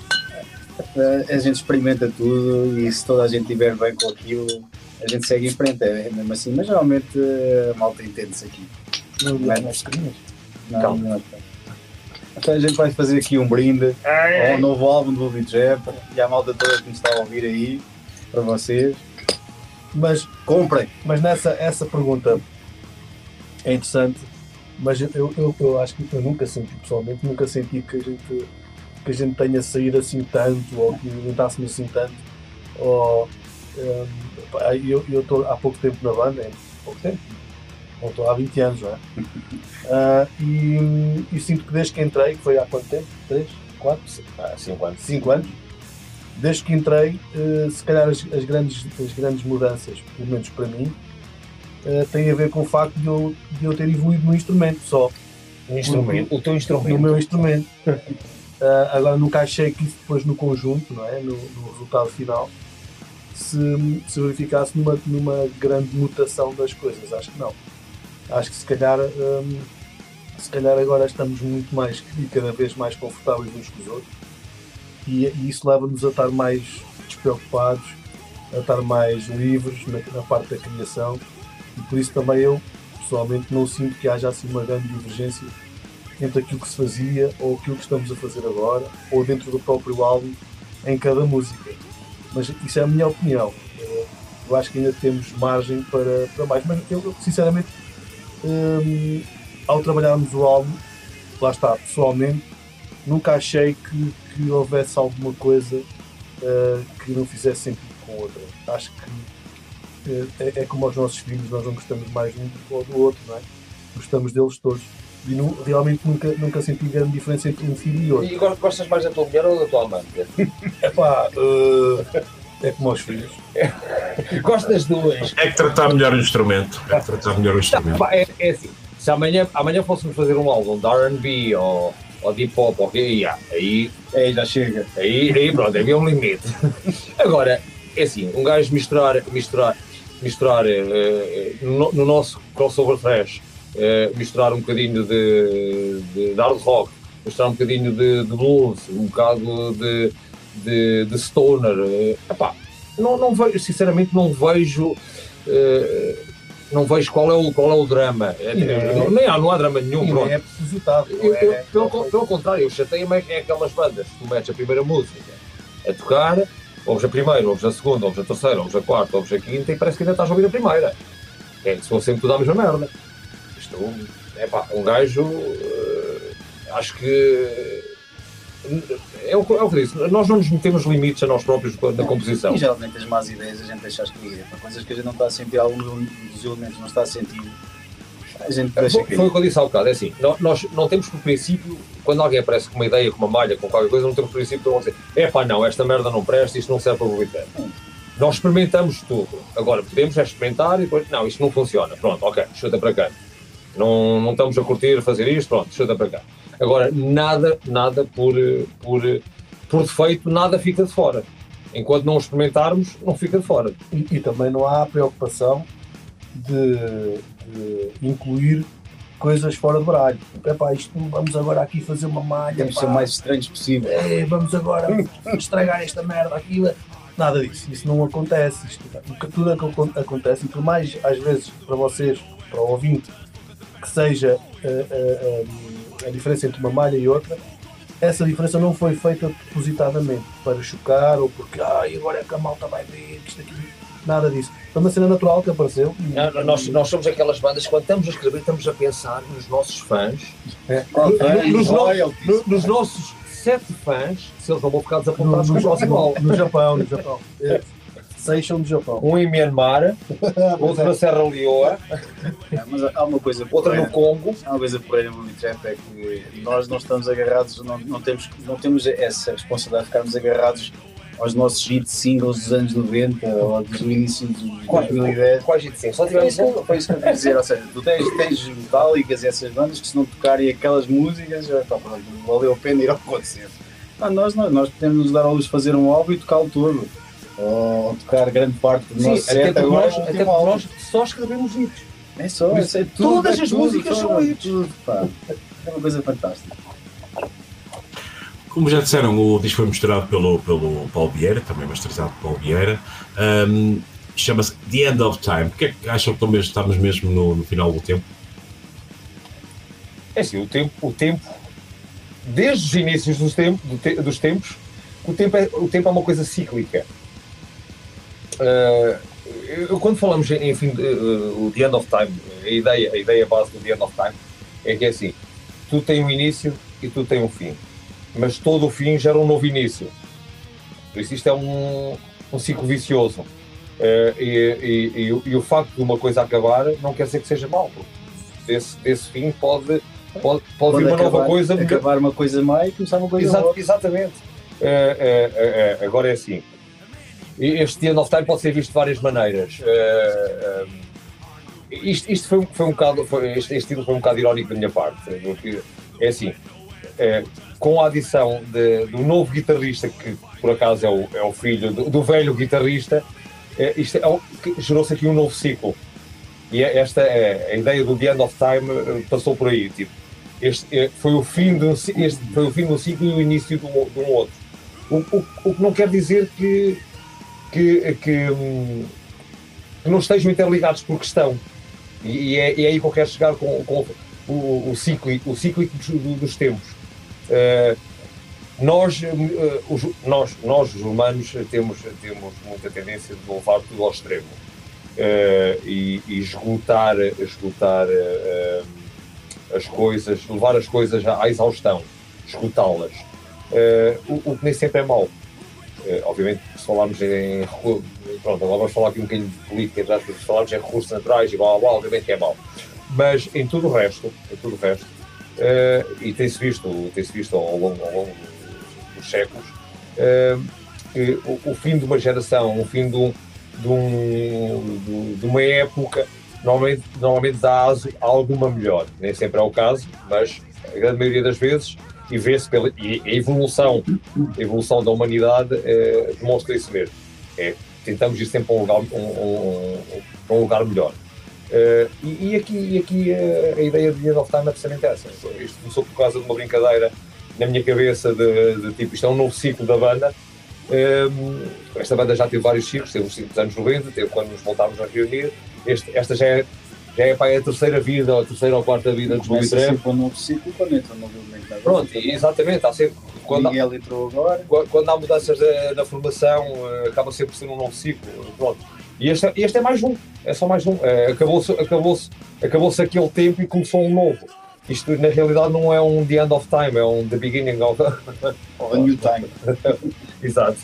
A gente experimenta tudo e se toda a gente estiver bem com aquilo, a gente segue em frente, é mesmo assim, mas geralmente a malta entende-se aqui. Não, não, não, não. Então a gente vai fazer aqui um brinde ao novo álbum do Booby Trap e à malta toda que nos está a ouvir aí, para vocês. Mas comprem. Mas nessa essa pergunta é interessante, mas eu, eu, eu acho que eu nunca senti, pessoalmente, nunca senti que a gente, que a gente tenha saído assim tanto, ou que inventássemos assim tanto, ou um, eu estou há pouco tempo na banda, é pouco tempo, não estou há vinte anos, não é? Uh, e, e sinto que desde que entrei, que foi há quanto tempo? três, quatro, cinco anos. cinco anos. Desde que entrei, uh, se calhar as, as, grandes, as grandes mudanças, pelo menos para mim, uh, têm a ver com o facto de eu, de eu ter evoluído no instrumento só. No instrumento? O, o teu instrumento? No meu instrumento. uh, agora nunca achei que isso depois no conjunto, não é? no, no resultado final, se, se verificasse numa, numa grande mutação das coisas. Acho que não. Acho que se calhar, um, se calhar agora estamos muito mais e cada vez mais confortáveis uns com os outros e, e isso leva-nos a estar mais despreocupados, a estar mais livres na, na parte da criação e por isso também eu pessoalmente não sinto que haja assim uma grande divergência entre aquilo que se fazia ou aquilo que estamos a fazer agora, ou dentro do próprio álbum, em cada música. Mas isso é a minha opinião. Eu acho que ainda temos margem para, para mais, mas eu, sinceramente, hum, ao trabalharmos o álbum, lá está, pessoalmente, nunca achei que, que houvesse alguma coisa uh, que não fizesse sentido com outra. Acho que uh, é, é como aos nossos filhos, nós não gostamos mais um ou do outro, não é? Gostamos deles todos. E não, realmente nunca, nunca senti grande diferença entre um filho e outro. E gostas mais da tua mulher ou da tua amante? Epá, uh, é como aos filhos. Gosto das duas. É que tratar melhor o instrumento. É que tratar melhor o instrumento. Não, é, é assim, se amanhã, amanhã fôssemos fazer um álbum de R and B ou, ou de hip hop, okay, yeah, aí, aí já chega. Aí, aí pronto, havia um limite. Agora, é assim, um gajo misturar, misturar, misturar uh, no, no nosso crossover thrash, uh, misturar um bocadinho de, de, de hard rock, misturar um bocadinho de, de blues, um bocado de, de, de stoner. Uh, epá, não, não vejo, sinceramente não vejo uh, não vejo qual é o, qual é o drama. É, é, não, nem há, não há drama nenhum. Pronto. É propositado. Eu, eu, é, pelo, é, pelo contrário, eu chateio-me é aquelas bandas que tu metes a primeira música a tocar, ouves a primeira, ouves a segunda, ouves a terceira, ouves a quarta, ouves a quinta e parece que ainda estás a ouvir a primeira. É, se for sempre tudo a mesma merda. Isto é pá, um gajo uh, acho que é o, é o que disse, nós não nos metemos limites a nós próprios da composição. E geralmente as más ideias a gente deixa cair, para coisas que a gente não está a sentir, alguns dos elementos não está a sentir, a gente deixa cair. Foi o que eu disse há bocado, é assim, nós não temos por princípio, quando alguém aparece com uma ideia, com uma malha, com qualquer coisa, não temos por princípio de dizer, é pá não, esta merda não presta, isto não serve para publicar. Hum. Nós experimentamos tudo, agora podemos é experimentar e depois, não, isto não funciona, pronto, ok, chuta para cá. Não, não estamos a curtir fazer isto, pronto, chuta para cá. Agora, nada, nada por, por, por defeito, nada fica de fora. Enquanto não o experimentarmos, não fica de fora. E, e também não há a preocupação de, de incluir coisas fora de baralho. Epá, isto, vamos agora aqui fazer uma malha. Temos de ser mais estranhos possível. É, vamos agora estragar esta merda aqui. Nada disso, isso não acontece. Isto, tudo acontece, e por mais, às vezes, para vocês, para o ouvinte, que seja uh, uh, uh, a diferença entre uma malha e outra, essa diferença não foi feita propositadamente para chocar ou porque ai, agora é que a malta vai ver que isto aqui, nada disso. Foi uma cena natural que apareceu. Não, nós, nós somos aquelas bandas que quando estamos a escrever estamos a pensar nos nossos fãs, é. nos, nos, nos, nos nossos sete fãs, se eles não vão ficar desapontados com o próximo álbum. No Japão, no Japão. É. Seis são do Japão. Um em Myanmar, outro na Serra Leoa, é, mas há uma coisa outra no Congo. Há uma coisa porreira no Trap é que nós não estamos agarrados, não, não, temos, não temos essa responsabilidade de ficarmos agarrados aos nossos hit singles dos anos noventa ou dos inícios de dois mil e dez. Quais hit singles? Só tivemos um. Foi isso que eu queria dizer, ou seja, tu tens, tens Metallicas e essas bandas que se não tocarem aquelas músicas, pá, pronto, valeu a pena ir ao concerto. Ah, nós, nós, nós podemos nos dar ao luz fazer um álbum e tocá-lo todo. Ou tocar grande parte do nosso set, agora nós, até nós só escrevemos hits. É só, isso é tudo. Todas é as tudo, músicas tudo, são hits. Tudo, pá. É uma coisa fantástica. Como já disseram, o disco foi misturado pelo, pelo Paulo Vieira, também masterizado por Paulo Vieira. Um, chama-se The End of Time. Por que é que acham que estamos mesmo no, no final do tempo? É assim, o tempo, o tempo desde os inícios dos, tempo, do te, dos tempos, o tempo, é, o tempo é uma coisa cíclica. Uh, eu, quando falamos em, enfim, uh, o The End of Time, a ideia, a ideia base do The End of Time é que é assim, tu tens um início e tu tens um fim, mas todo o fim gera um novo início. Por isso isto é um, um ciclo vicioso. Uh, e, e, e, e o facto de uma coisa acabar não quer dizer que seja mau. Desse, desse fim pode, pode, pode, pode vir uma acabar, nova coisa. Acabar uma coisa má e começar uma coisa Exato, nova. Exatamente. Uh, uh, uh, uh, agora é assim. Este The End of Time pode ser visto de várias maneiras. Uh, uh, isto isto foi, foi um bocado, foi, este, este título foi um bocado irónico da minha parte, porque é assim, uh, com a adição de, do novo guitarrista, que por acaso é o, é o filho do, do velho guitarrista, uh, isto é, gerou-se aqui um novo ciclo. E esta é a ideia do The End of Time, uh, passou por aí. Tipo, este, uh, foi, o fim de um, este foi o fim de um ciclo e o início de um, de um outro. O, o, o que não quer dizer que Que, que, que não estejam interligados por questão. E, e, é, e é aí que eu quero chegar com, com, o, o, cíclico, o cíclico dos, dos tempos. Uh, nós, uh, os, nós, nós, os humanos, temos, temos muita tendência de levar tudo ao extremo uh, e, e esgotar, esgotar uh, as coisas, levar as coisas à exaustão, esgotá-las, uh, o, o que nem sempre é mau. Uh, obviamente, se falarmos em... Pronto, agora vamos falar aqui um bocadinho de política, já, se falarmos em recursos naturais e blá, blá, blá, obviamente que é mau. Mas em tudo o resto, em tudo o resto, uh, e tem-se visto, tem-se visto ao longo, ao longo dos séculos, uh, que o, o fim de uma geração, o fim de, um, de, um, de uma época, normalmente, normalmente dá aso a alguma melhor. Nem sempre é o caso, mas a grande maioria das vezes, e vê-se pela e a evolução, a evolução da humanidade uh, demonstra isso mesmo. É, tentamos ir sempre para um lugar, um, um, um, um lugar melhor. Uh, e, e aqui, e aqui uh, a ideia de End of Time é precisamente essa. Isto começou por causa de uma brincadeira na minha cabeça de, de tipo, isto é um novo ciclo da banda. Uh, esta banda já teve vários ciclos, teve os ciclos dos anos noventa, teve quando nos voltámos a reunir. Este, esta já é, já é para a terceira vida, ou a terceira ou quarta vida de Blue Trap. Começa um novo ciclo quando entra novamente na Pronto, exatamente, há sempre... Quando Miguel há, entrou agora. Quando há mudanças na, na formação, uh, acaba sempre por ser um novo ciclo. Pronto. E este, este é mais um, é só mais um. Uh, acabou-se, acabou-se, acabou-se aquele tempo e começou um novo. Isto na realidade não é um The End of Time, é um The Beginning of a New Time. Exato.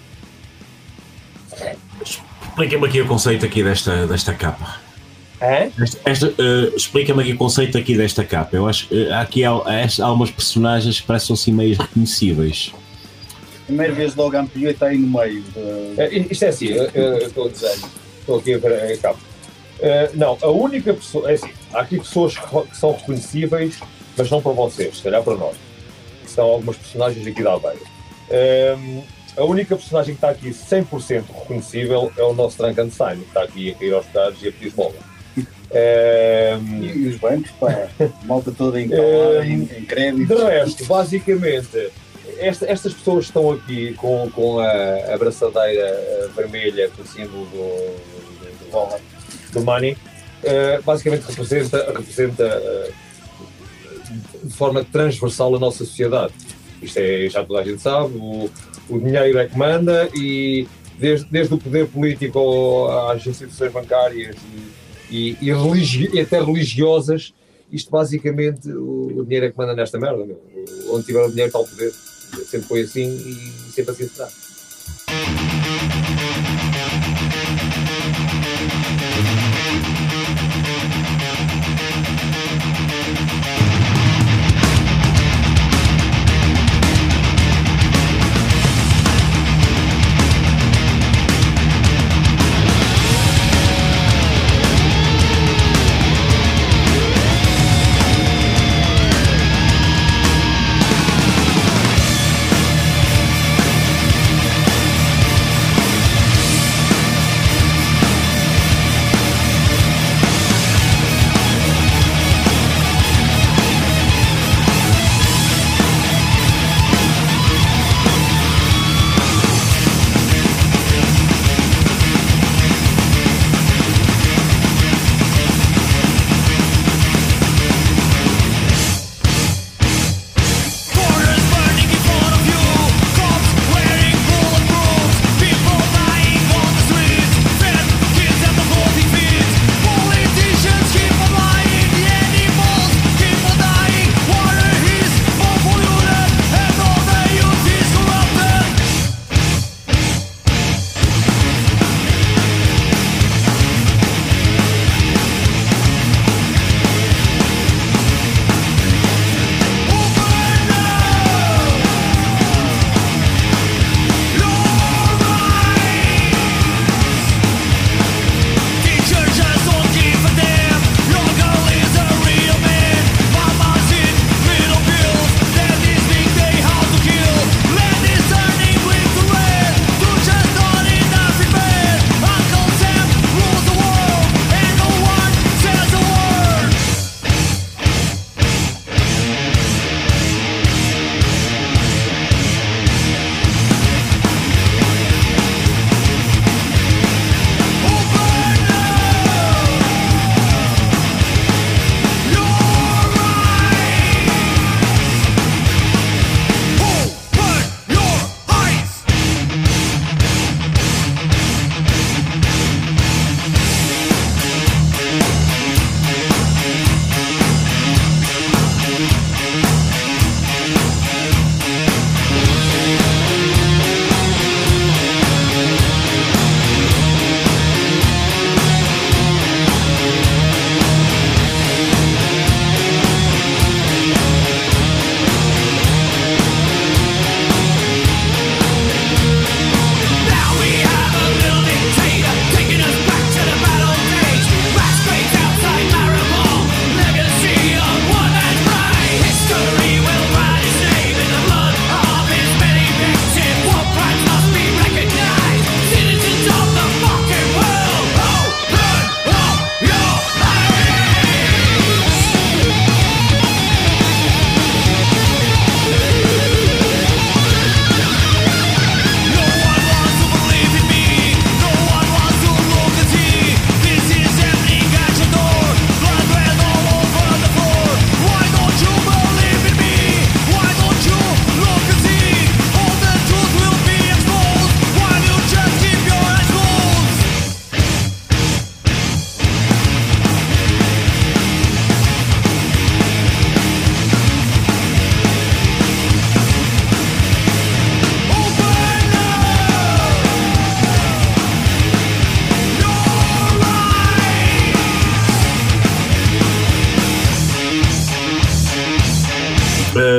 Explica-me aqui o conceito aqui desta, desta capa. É? Esta, esta, uh, explica-me aqui o conceito aqui desta capa. Eu acho que uh, aqui há, há, há umas personagens que parecem assim meio reconhecíveis. Primeira vez Logan Pio está aí no meio. De... É, isto é assim, eu, eu estou a dizer, estou aqui a ver a capa. Uh, não, a única pessoa, é assim, há aqui pessoas que são reconhecíveis, mas não para vocês, se calhar para nós. São algumas personagens aqui da Aveiro. Uh, a única personagem que está aqui cem por cento reconhecível é o nosso Frankenstein, que está aqui a cair aos pedaços e a pedir esmola. Um, e os bancos, pá, malta toda em, um, em, em crédito. De resto, basicamente, esta, estas pessoas estão aqui com, com a abraçadeira vermelha, com o símbolo do, do, do, do Money, uh, basicamente representa, representa uh, de forma transversal a nossa sociedade. Isto é, já toda a gente sabe, o, o dinheiro é que manda e desde, desde o poder político às instituições bancárias e E, e, religi e até religiosas, isto basicamente o, o dinheiro é que manda nesta merda, meu. Onde tiver o dinheiro está o poder, sempre foi assim e sempre assim será.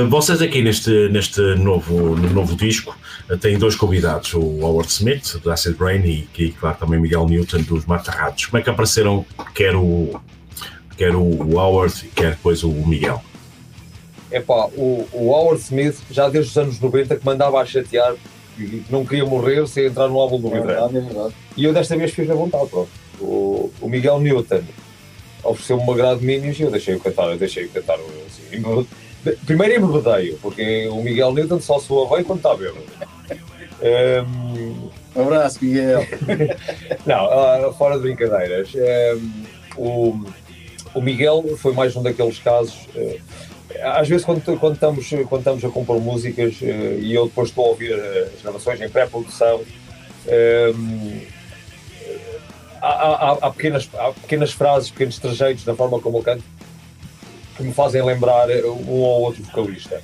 Uh, vocês aqui neste, neste novo, no novo disco uh, têm dois convidados, o Howard Smith, do Acid Rain, e, e claro, também Miguel Newton, dos Mata-Ratos. Como é que apareceram, quer o, quer o Howard, quer depois o Miguel? Epá, o, o Howard Smith, já desde os anos noventa, que mandava a chatear, que não queria morrer sem entrar no álbum do Ridley. É verdade, é verdade. E eu desta vez fiz a vontade, pronto. O, o Miguel Newton ofereceu-me uma grade de minions e eu deixei-o cantar, eu deixei-o cantar assim. Primeiro é rodeio, porque o Miguel Newton só soa bem quando está bêbado. Um, um abraço, Miguel. Não, fora de brincadeiras. Um, o, o Miguel foi mais um daqueles casos. Uh, às vezes, quando, quando, estamos, quando estamos a compor músicas uh, e eu depois estou a ouvir as gravações em pré-produção, um, há, há, há, pequenas, há pequenas frases, pequenos trejeitos na forma como eu canto que me fazem lembrar um ou outro vocalista.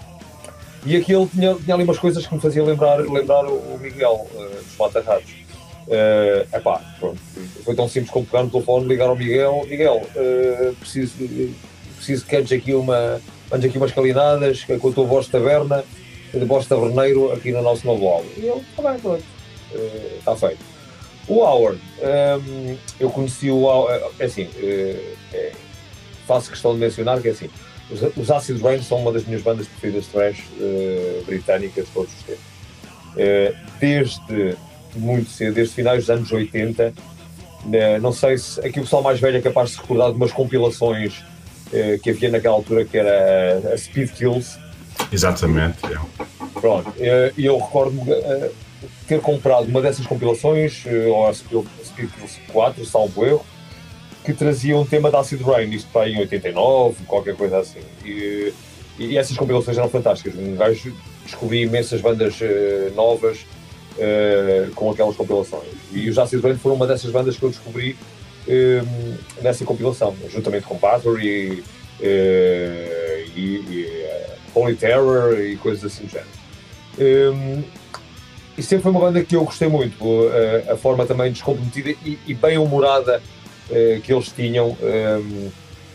E aqui ele tinha, tinha ali umas coisas que me faziam lembrar, lembrar o Miguel, uh, dos Mata-Ratos. Uh, epá, pronto, foi tão simples como pegar no telefone, ligar ao Miguel. Miguel, uh, preciso, preciso que andes aqui, uma, andes aqui umas calinadas com a tua voz de taberna, de voz de taberneiro, aqui no nosso novo álbum. E ele, está bem, pronto, está uh, feito. O Howard, um, eu conheci o Howard, é assim, uh, é, faço questão de mencionar que é assim, os, os Acid Rain são uma das minhas bandas preferidas de thrash uh, britânicas de todos os tempos. Uh, desde muito cedo, desde finais dos anos oitenta, uh, não sei se aqui o pessoal mais velho é capaz de se recordar de umas compilações uh, que havia naquela altura, que era a, a Speed Kills. Exatamente. É. Pronto, e uh, eu recordo-me uh, ter comprado uma dessas compilações, uh, ou a Speed, Speed Kills quatro, salvo erro, que trazia um tema da Acid Rain, isto para aí em oitenta e nove, qualquer coisa assim. E, e essas compilações eram fantásticas. Um gajo descobri imensas bandas uh, novas uh, com aquelas compilações. E os Acid Rain foram uma dessas bandas que eu descobri um, nessa compilação, juntamente com Battery uh, e, e uh, Holy Terror e coisas assim do género. Um, e sempre foi uma banda que eu gostei muito, uh, a forma também descomprometida e, e bem humorada Uh, que eles tinham um,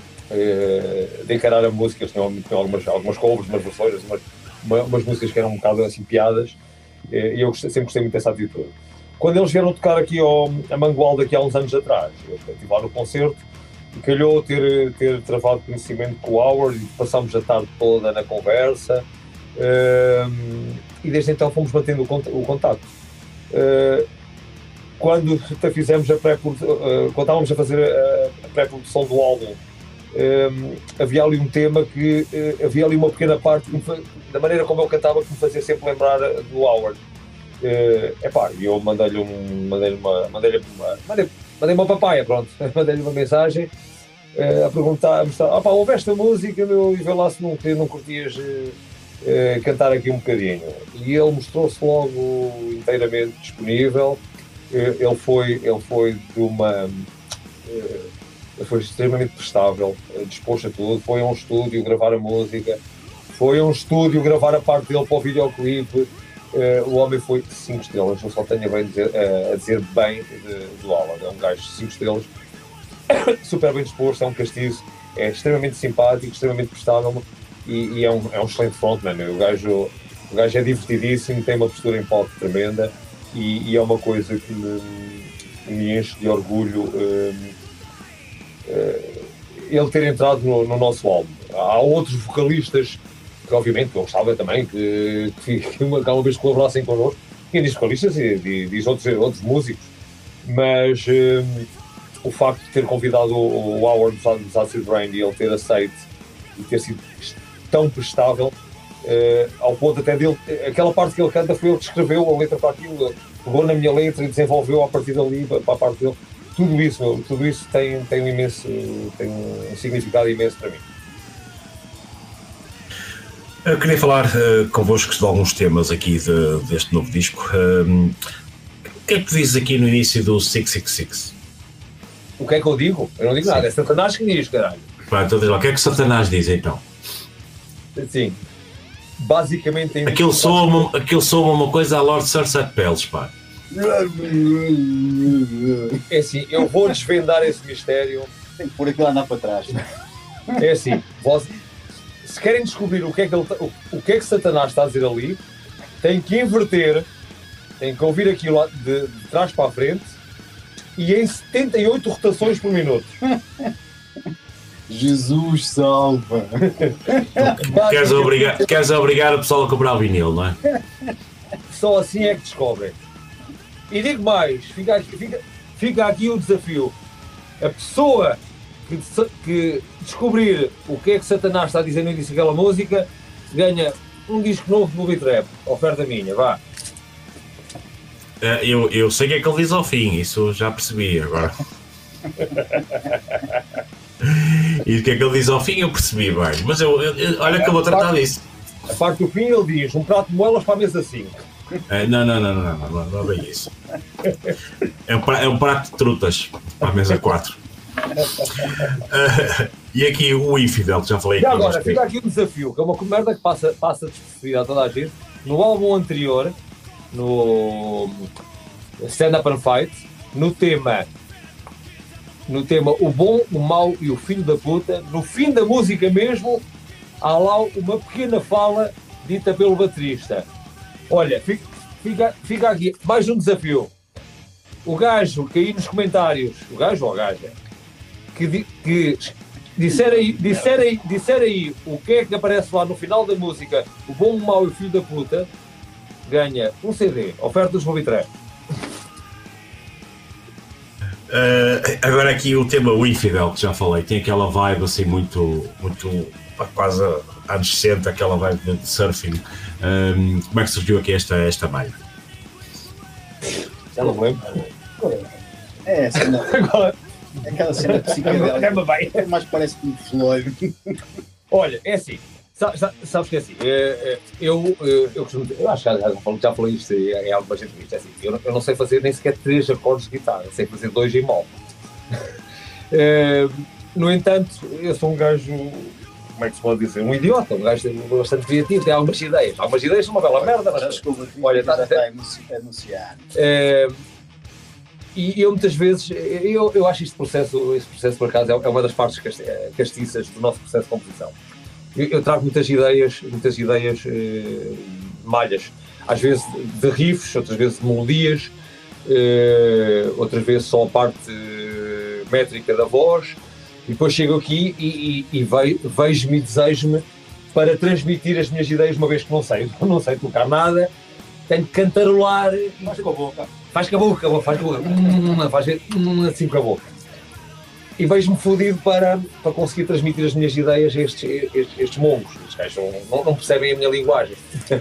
uh, de encarar a música. Eles tinham, tinham algumas, algumas covers, umas versões, umas, uma, umas músicas que eram um bocado assim piadas, uh, e eu gostei, sempre gostei muito dessa atitude. Quando eles vieram tocar aqui ao, a Mangualde aqui há uns anos atrás, eu estive lá no concerto e calhou ter, ter travado conhecimento com o Howard e passámos a tarde toda na conversa, uh, e desde então fomos mantendo o, cont o contacto. Uh, Quando fizemos a pré uh, quando estávamos a fazer a, a pré-produção do álbum, um, havia ali um tema que uh, havia ali uma pequena parte que me, da maneira como eu cantava, que me fazia sempre lembrar do Howard. Uh, epá, e eu mandei-lhe um, mandei-lhe uma, mandei-lhe uma, mandei, mandei uma papaya, pronto, mandei-lhe uma mensagem uh, a perguntar, a mostrar, ah pá, ouve esta música, meu, e vê lá se não, não curtias uh, uh, cantar aqui um bocadinho. E ele mostrou-se logo inteiramente disponível. Ele foi, ele foi de uma. Ele foi extremamente prestável, disposto a tudo. Foi a um estúdio gravar a música, foi a um estúdio gravar a parte dele para o videoclipe. O homem foi cinco estrelas, não só tenho a, bem dizer, a dizer bem de, do Howard. É um gajo cinco estrelas, super bem disposto, é um castiço, é extremamente simpático, extremamente prestável e, e é, um, é um excelente frontman. O gajo, o gajo é divertidíssimo, tem uma postura em palco tremenda. E, e é uma coisa que me, me enche de orgulho uh, uh, ele ter entrado no, no nosso álbum. Há outros vocalistas que obviamente eu gostava também que, que, que uma, uma vez colaborassem connosco. Quem diz vocalistas e diz outros, outros músicos, mas uh, o facto de ter convidado o, o Howard dos Acid Rain e ele ter aceito e ter sido tão prestável, Uh, ao ponto até dele, aquela parte que ele canta foi ele que escreveu a letra para aquilo, pegou na minha letra e desenvolveu a partir dali para, para a parte dele. Tudo isso, meu, tudo isso tem, tem, um imenso, tem um significado imenso para mim. Eu queria falar uh, convosco de alguns temas aqui de, deste novo disco. Uh, o que é que tu dizes aqui no início do seis seis seis? O que é que eu digo? Eu não digo Sim. nada, é Satanás que diz, caralho. Pá, então diz lá, o que é que Satanás diz então? Sim. Basicamente em aquilo soa uma, aquilo soa uma coisa a Lord Sunset Peles, pá. É assim, eu vou desvendar esse mistério. Tem que pôr aquilo a andar para trás. É assim, vós, se querem descobrir o que é que, ele, o, o que, é que Satanás está a dizer ali, têm que inverter, têm que ouvir aquilo de, de trás para a frente e em setenta e oito rotações por minuto. Jesus salva! Queres obrigar, queres obrigar o pessoal a comprar o vinil, não é? Só assim é que descobrem. E digo mais, fica aqui, fica, fica aqui o desafio. A pessoa que, que descobrir o que é que Satanás está a dizer no início daquela música ganha um disco novo do Movie Trap. Oferta minha, vá. Eu, eu sei o que é que ele diz ao fim, isso já percebi agora. E o que é que ele diz ao fim eu percebi bem, mas eu, eu, eu olha que eu vou tratar parte, disso. A parte do fim ele diz, um prato de moelas para a mesa cinco. É, não, não, não, não, não, não, não é bem isso. É um, prato, é um prato de trutas para a mesa quatro. Uh, e aqui o Infidel, já falei. E aqui, agora, fica aqui um desafio, que é uma merda que passa, passa despercebida a toda a gente. No álbum anterior, no Stand Up and Fight, no tema no tema O Bom, o Mau e o Filho da Puta, no fim da música mesmo, há lá uma pequena fala dita pelo baterista. Olha, fica, fica, fica aqui mais um desafio. O gajo que aí nos comentários, o gajo ou a gaja, que, que disser, aí, disser, aí, disser aí o que é que aparece lá no final da música, O Bom, o Mau e o Filho da Puta, ganha um C D, oferta dos Movie Trap. Uh, agora aqui o tema O Infidel, que já falei, tem aquela vibe assim muito, muito quase anos sessenta, aquela vibe de surfing. Um, como é que surgiu aqui esta, esta malha? Já não lembro. É, cena, agora, aquela cena psicodélica, é mais parece que um Floyd. Olha, é assim, sabes, sabes que é assim, eu, eu, eu costumo, eu acho que já, já falei isto em algumas entrevistas, é assim, eu, eu não sei fazer nem sequer três acordes de guitarra, eu sei fazer dois em mol. No entanto, eu sou um gajo, como é que se pode dizer, um idiota, um gajo bastante criativo, tem algumas ideias, algumas ideias são uma bela merda, mas desculpa, olha, está a anunciar. E eu muitas vezes, eu, eu acho este processo, este processo por acaso é uma das partes castiças do nosso processo de composição. Eu, eu trago muitas ideias, muitas ideias eh, malhas, às vezes de riffs, outras vezes de melodias, eh, outras vezes só a parte eh, métrica da voz, e depois chego aqui e, e, e ve, vejo-me e desejo-me para transmitir as minhas ideias, uma vez que não sei, não sei tocar nada, tenho que cantarolar. Faz com a boca. Faz com a boca, faz com a boca, faz assim com a boca. E vejo-me fodido para, para conseguir transmitir as minhas ideias a estes, estes, estes mongos. Estes gajos não, não percebem a minha linguagem.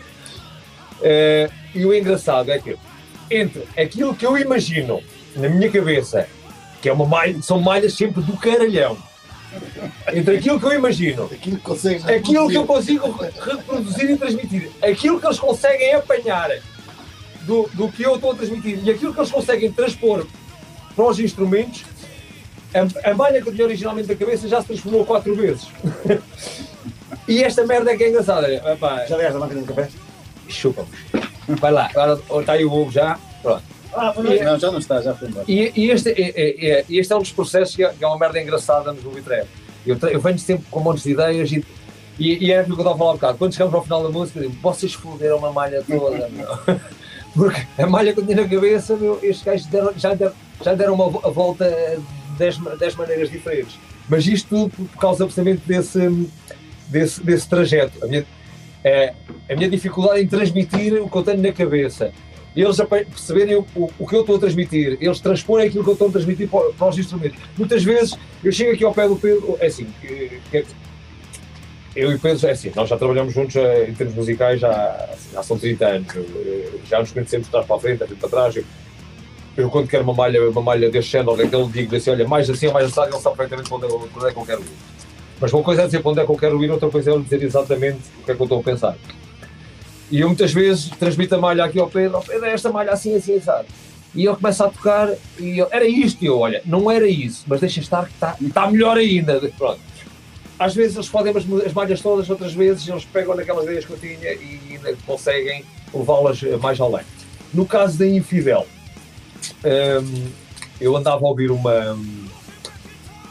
uh, e o engraçado é que, entre aquilo que eu imagino na minha cabeça, que é uma malha, são malhas sempre do caralhão, entre aquilo que eu imagino, aquilo que, consegues aquilo que eu consigo reproduzir e transmitir, aquilo que eles conseguem apanhar do, do que eu estou a transmitir e aquilo que eles conseguem transpor para os instrumentos, a, a malha que eu tinha originalmente na cabeça já se transformou quatro vezes. E esta merda é que é engraçada. Epá, já ligaste a máquina de café? Chupa-me. Vai lá, agora está aí o Hugo já. Pronto. Ah, foi e, não, já não está, já foi embora. E, e este, é, é, este é um dos processos que é, que é uma merda engraçada nos Movie Trap. Eu, eu venho sempre com montes de ideias e, e, e é aquilo que eu estava a falar um bocado. Quando chegamos ao final da música, eu digo, vocês foderam uma malha toda, meu. Porque a malha que eu tinha na cabeça, meu, estes gajos deram, já, deram, já deram uma a volta de dez maneiras diferentes. Mas isto tudo por causa precisamente desse, desse, desse trajeto. A minha, é, a minha dificuldade em transmitir o que eu tenho na cabeça. Eles perceberem o, o, o que eu estou a transmitir, eles transporem aquilo que eu estou a transmitir para, para os instrumentos. Muitas vezes eu chego aqui ao pé do Pedro, é assim, é, eu e o Pedro, é assim, nós já trabalhamos juntos em termos musicais já, já são trinta anos, já nos conhecemos de trás para a frente, de frente para trás. Eu, eu quando quero uma malha, uma malha deste channel, é que ele digo assim, olha, mais assim ou mais assado, ele sabe perfeitamente para onde, onde é que eu quero ir. Mas uma coisa é dizer para onde é que eu quero ir, outra coisa é dizer exatamente o que é que eu estou a pensar. E eu muitas vezes transmito a malha aqui ao Pedro, ao Pedro, é esta malha assim, assim, sabe? E ele começa a tocar, e eu, era isto, e eu, olha, não era isso, mas deixa estar que está, está melhor ainda. Pronto. Às vezes eles fodem as, as malhas todas, outras vezes eles pegam naquelas ideias que eu tinha e ainda conseguem levá-las mais além. No caso da Infidel, hum, eu andava a ouvir uma,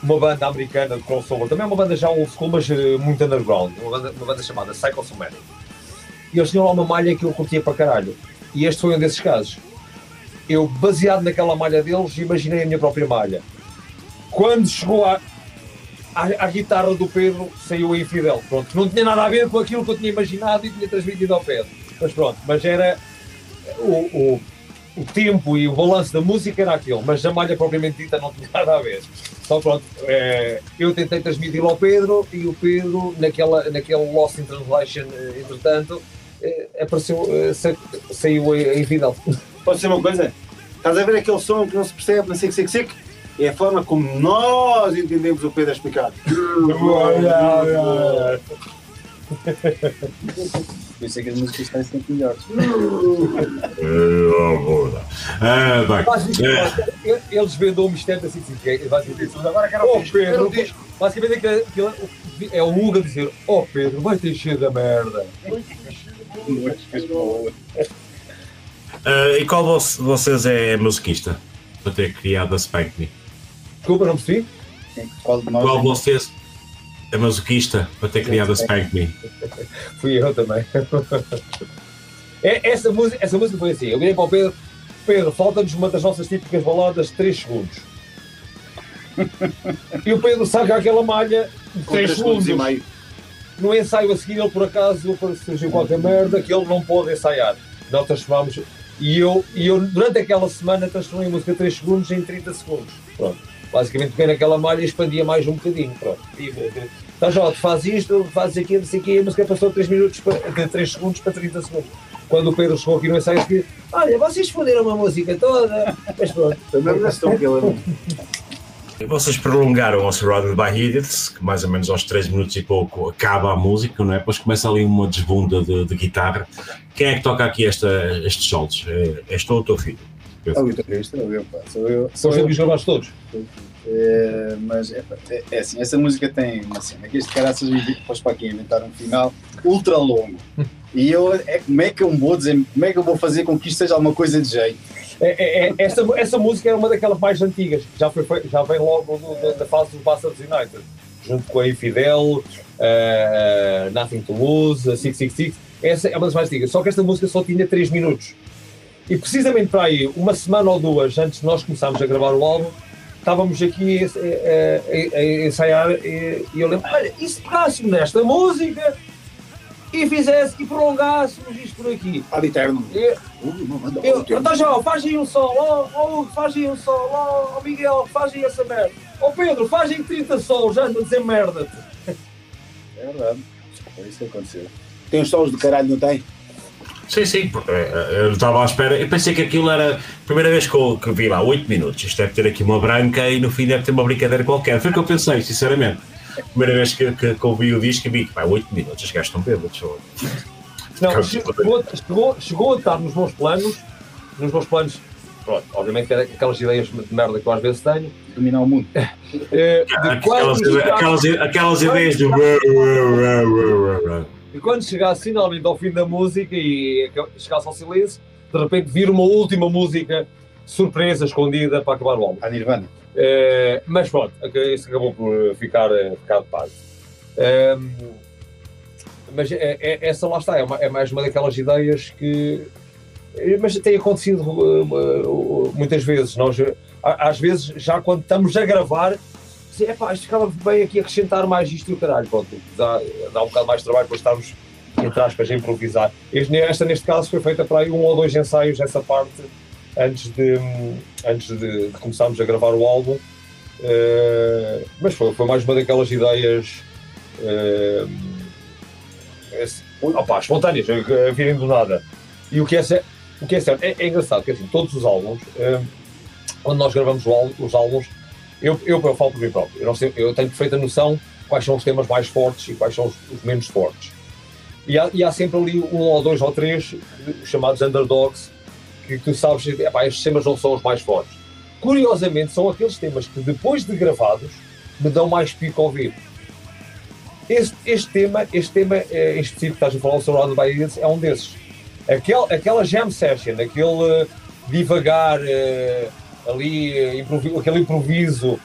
uma banda americana de crossover, também é uma banda já old school, mas uh, muito underground, uma banda, uma banda chamada Psychosomatic. E eles tinham lá uma malha que eu curtia para caralho. E este foi um desses casos. Eu, baseado naquela malha deles, imaginei a minha própria malha. Quando chegou à, à, à guitarra do Pedro, saiu o Infidel. Pronto, não tinha nada a ver com aquilo que eu tinha imaginado e tinha transmitido ao Pedro. Mas pronto, mas era o, o, o tempo e o balanço da música era aquele, mas a malha propriamente dita não tinha nada a ver. Só pronto, é, eu tentei transmitir ao Pedro e o Pedro, naquela, naquele Lost in Translation, entretanto, é, apareceu, é, sa, saiu a Infidel. Pode ser uma coisa? Estás a ver aquele som que não se percebe, não sei o que, sei que, é a forma como nós entendemos o Pedro a explicar. Por isso é que as músicas estão sempre melhores. Ah, bem. Basicamente, eles vendam o mistério da Six Six. Agora quero oh, Pedro. Basicamente aquilo é o Hugo a dizer: oh Pedro, vai ter cheio da merda. Uh, e qual de vocês é musiquista? Para ter criado a Spank Me? Desculpa, não percebi? Qual de nós qual de vocês é musiquista para ter criado a Spank Me? Fui eu também. essa, música, essa música foi assim: eu virei para o Pedro, Pedro, falta-nos uma das nossas típicas baladas de três segundos. E o Pedro saca aquela malha de três segundos. E meio. No ensaio a seguir, ele por acaso surgiu qualquer merda que ele não pôde ensaiar. Nós transformámos. E eu, e eu, durante aquela semana, transformei a música de três segundos em trinta segundos. Pronto. Basicamente, peguei naquela malha e expandia mais um bocadinho. Pronto. Então, já, tu faz isto, faz aquilo, não sei o quê, a música passou de três minutos para, de três segundos para trinta segundos. Quando o Pedro chegou aqui no ensaio a seguir, olha, vocês fundiram uma música toda. Mas pronto. Também não estão pela. Vocês prolongaram o Surrounded by Idiots, que mais ou menos aos três minutos e pouco acaba a música, não é? Depois começa ali uma desbunda de, de guitarra. Quem é que toca aqui esta, estes solos? É, és tu ou o teu filho? É o guitarrista, sou eu, pá. Sou eu. Sou eu que os gravaste todos? É, mas é, é, é assim, essa música tem uma cena que este caraças me depois para aqui inventar um final ultra longo. E eu, é, como é que eu vou dizer, como é que eu vou fazer com que isto seja alguma coisa de jeito? É, é, essa, essa música é uma daquelas mais antigas, já, foi, já vem logo do, da fase dos Bastards United, junto com a Infidel, uh, Nothing to Lose, a seiscentos e sessenta e seis, essa é uma das mais antigas, só que esta música só tinha três minutos. E precisamente para aí, uma semana ou duas antes de nós começarmos a gravar o álbum, estávamos aqui a, a, a, a ensaiar e, e eu lembro, olha, e se pegássemos nesta música e fizesse e prolongássemos isto por aqui? Ad eterno. Então já, faz aí um sol, ó oh, oh, faz aí um sol, ó oh, Miguel, faz aí essa merda, ó oh, Pedro, faz aí trinta solos, já anda a dizer merda. É verdade, foi isso que aconteceu. Tem uns solos de caralho, não tem? Sim, sim, eu estava à espera, eu pensei que aquilo era a primeira vez que eu que vi lá, oito minutos, isto deve ter aqui uma branca e no fim deve ter uma brincadeira qualquer, foi o que eu pensei, sinceramente. Primeira vez que, que, que ouvi o disco e vi que, pá, oito minutos, os gajos estão bêbados. Não, chegou, chegou, chegou a estar nos meus planos, nos meus planos, pronto, obviamente que era aquelas ideias de merda que eu às vezes tenho. Dominar o mundo. É, aquelas, aquelas, aquelas ideias do... E quando chegasse finalmente ao fim da música e chegasse ao silêncio, de repente vir uma última música surpresa, escondida, para acabar o álbum. A Nirvana. Uh, mas pronto, isso acabou por ficar, ficar de parte. Uh, mas é, é, essa lá está, é, uma, é mais uma daquelas ideias que... Mas tem acontecido uh, uh, muitas vezes. Nós, às vezes, já quando estamos a gravar, assim, epá, isto ficava bem aqui acrescentar mais isto e o caralho. Pronto, dá, dá um bocado mais de trabalho para estarmos, entre aspas, a improvisar. Este, esta, neste caso, foi feita para aí um ou dois ensaios, essa parte, antes de, antes de, de começarmos a gravar o álbum. Uh, mas foi, foi mais uma daquelas ideias uh, esse, opa, espontâneas, uh, virem do nada. E o que é certo, o que é, certo é, é engraçado, porque assim, todos os álbuns, uh, quando nós gravamos o, os álbuns, eu, eu, eu falo por mim próprio, eu, não sei, eu tenho perfeita noção quais são os temas mais fortes e quais são os, os menos fortes. E há, e há sempre ali um ou dois ou três chamados underdogs, que tu sabes, epá, estes temas não são os mais fortes. Curiosamente, são aqueles temas que depois de gravados me dão mais pico a ouvir. Este, este tema, este tema em específico, que estás a falar, o Surrounded by Idiots, é um desses. Aquel, aquela jam session, aquele uh, divagar, uh, ali, uh, improviso, aquele improviso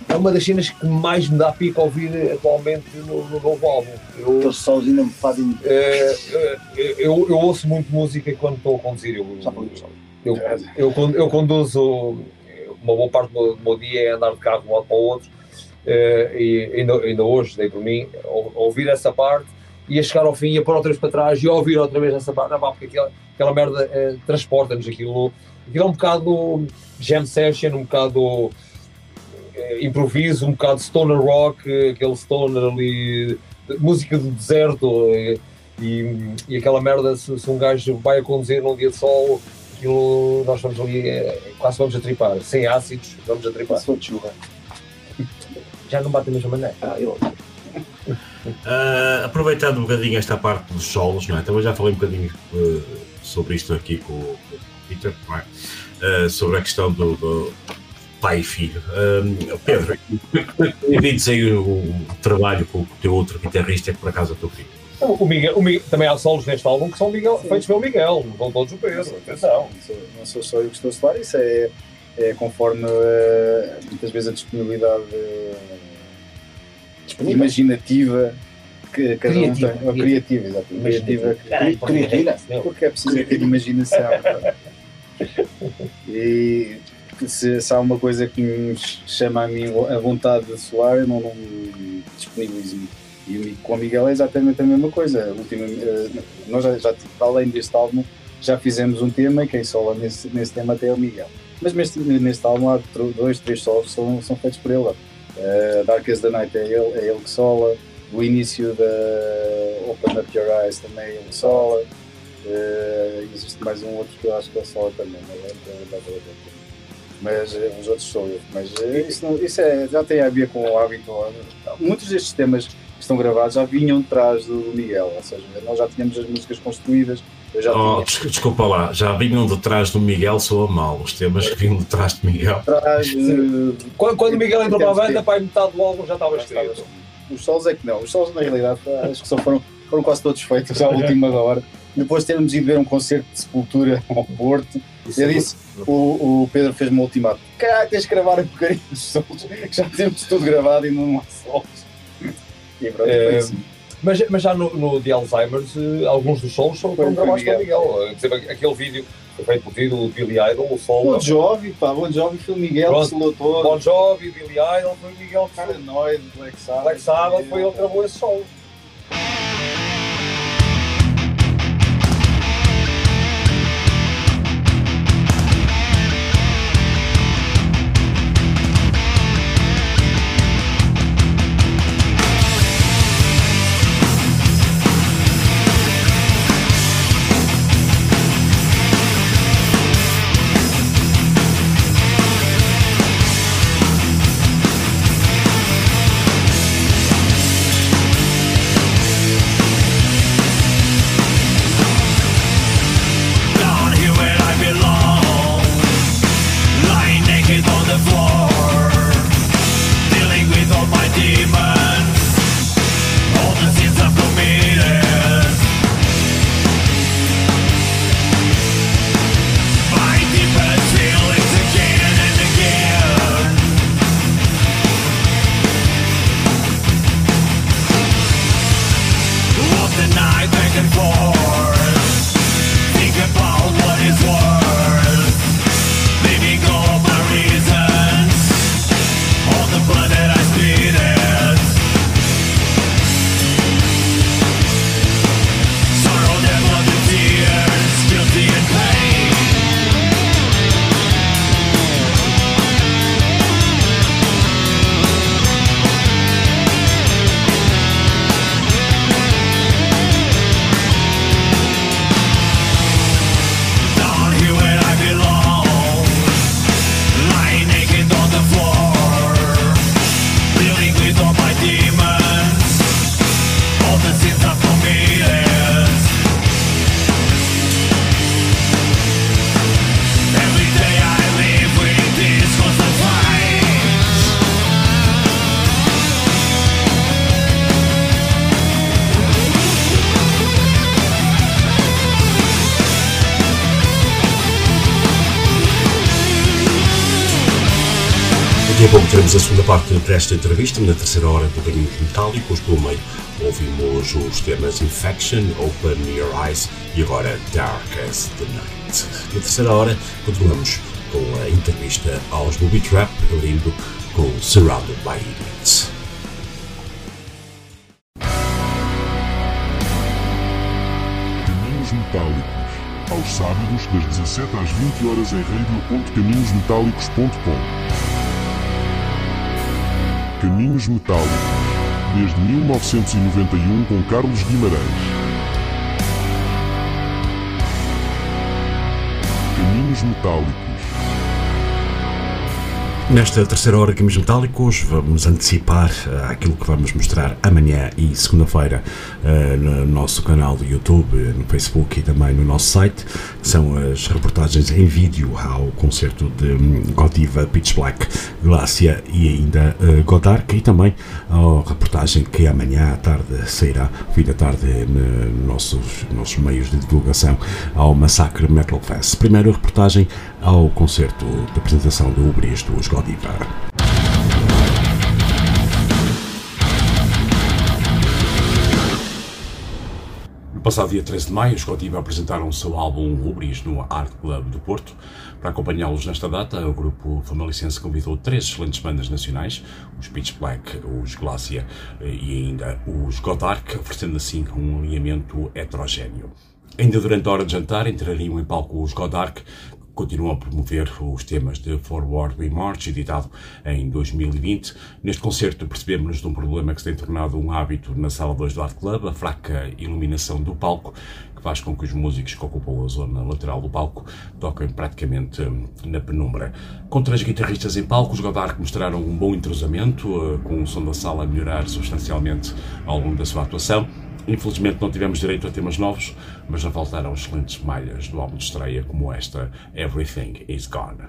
é uma das cenas que mais me dá pico a ouvir atualmente no, no novo álbum. Eu, Aqueles solos ainda me fazem. É, eu, eu ouço muito música quando estou a conduzir. Eu, eu, eu, eu, eu conduzo, uma boa parte do meu dia é andar de carro de um lado para o outro, e ainda, ainda hoje dei por mim a ouvir essa parte e a chegar ao fim e a pôr outra vez para trás e a ouvir outra vez essa parte, porque aquela, aquela merda é, transporta-nos aquilo. Aquilo é um bocado jam session, um bocado é, improviso, um bocado stoner rock, aquele stoner ali, música do deserto, e, e, e aquela merda, se, se um gajo vai a conduzir num dia de sol, aquilo, nós vamos ali, é, quase vamos a tripar, sem ácidos, vamos a tripar. Sou de chuva. Já não bate da mesma maneira. Ah, eu... Uh, aproveitando um bocadinho esta parte dos solos, não é? Também já falei um bocadinho uh, sobre isto aqui com, com o Peter, não é? Uh, sobre a questão do, do pai e filho. Uh, Pedro, bem-vindos aí o, o trabalho com o teu outro guitarrista, que por acaso é o teu filho. O Miguel, o Miguel, também há solos neste álbum que são Miguel, feitos pelo Miguel, não são todos o Pedro, atenção. Não sou só eu que estou a falar, isso é, é conforme uh, muitas vezes a disponibilidade uh, imaginativa que cada um tem, ou criativa, exatamente. Criativa, Caralho, criativa, porque é preciso ter imaginação. E se, se há uma coisa que me chama a mim a vontade de soar, eu não, não disponibilizo-me. E com o Miguel é exatamente a mesma coisa. Ultima, nós já, já, além deste álbum, já fizemos um tema e quem sola nesse, nesse tema até é o Miguel. Mas neste, neste álbum há dois, três solos que são, são feitos por ele. Uh, Dark as the Night é ele, é ele que sola. O início da Open Up Your Eyes também é ele que sola. Uh, existe mais um outro que eu acho que ele sola também, não é? Mas uh, os outros são eu. Mas uh, isso, não, isso é, já tem a ver com o hábito. Muitos destes temas que estão gravados já vinham de trás do Miguel, ou seja, nós já tínhamos as músicas construídas. Eu já oh, tinha... Desculpa lá, já vinham de trás do Miguel, soa mal. Os temas que vinham de trás do Miguel. Trás, uh, quando, quando o Miguel entrou para a banda, para metade do álbum já estava escrito. Os solos é que não, os solos na realidade acho que só foram, foram quase todos feitos à última hora. Depois de termos ido ver um concerto de Sepultura ao Porto, isso eu disse, o, o Pedro fez-me um ultimato: caralho, tens de gravar um bocadinho dos solos, que já temos tudo gravado e não há solos. E pronto, é, foi assim. Mas, mas já no, no The Alzheimer's, alguns dos solos foram gravados pelo Miguel. Aquele vídeo foi feito por ti, do Billy Idol, o solo. Bon Jovi, pá, Bon Jovi foi o Miguel que solou todo. Bon Jovi, Billy Idol, foi o Miguel que Paranoid, Black Sabbath. Black Sabbath foi ele que gravou esse solo. Daqui a pouco teremos a segunda parte desta entrevista, na terceira hora do Caminhos Metálicos. Pelo meio ouvimos os temas Infection, Open Your Eyes e agora Dark as the Night. Na terceira hora continuamos com a entrevista aos Booby Trap, abrindo com Surrounded by Idiots. Caminhos Metálicos. Aos sábados, das dezassete às vinte horas em radio ponto caminhos metálicos ponto com. Caminhos Metálicos, desde mil novecentos e noventa e um com Carlos Guimarães. Caminhos Metálicos. Nesta terceira hora de Caminhos Metálicos vamos antecipar uh, aquilo que vamos mostrar amanhã e segunda-feira uh, no nosso canal do YouTube, no Facebook e também no nosso site, que são as reportagens em vídeo ao concerto de um, Godiva, Pitch Black, Glacia e ainda uh, Godark, e também a reportagem que amanhã à tarde sairá, fim da tarde, nos nossos, nossos meios de divulgação, ao Massacre Metal Fest. Primeiro a reportagem ao concerto de apresentação do Ubris dos Godiva. No passado dia treze de maio, os Godiva apresentaram o seu álbum Ubris no Art Club do Porto. Para acompanhá-los nesta data, o grupo famalicense convidou três excelentes bandas nacionais, os Pitch Black, os Glacia e ainda os Godark, oferecendo assim um alinhamento heterogéneo. Ainda durante a hora de jantar entrariam em palco os Godark, continuam a promover os temas de Forward We March, editado em dois mil e vinte. Neste concerto percebemos de um problema que se tem tornado um hábito na Sala dois do Art Club, a fraca iluminação do palco, que faz com que os músicos que ocupam a zona lateral do palco toquem praticamente na penumbra. Com três guitarristas em palco, os Godark mostraram um bom entrosamento, com o som da sala a melhorar substancialmente ao longo da sua atuação. Infelizmente não tivemos direito a temas novos, mas já faltaram excelentes malhas do álbum de estreia como esta, Everything Is Gone.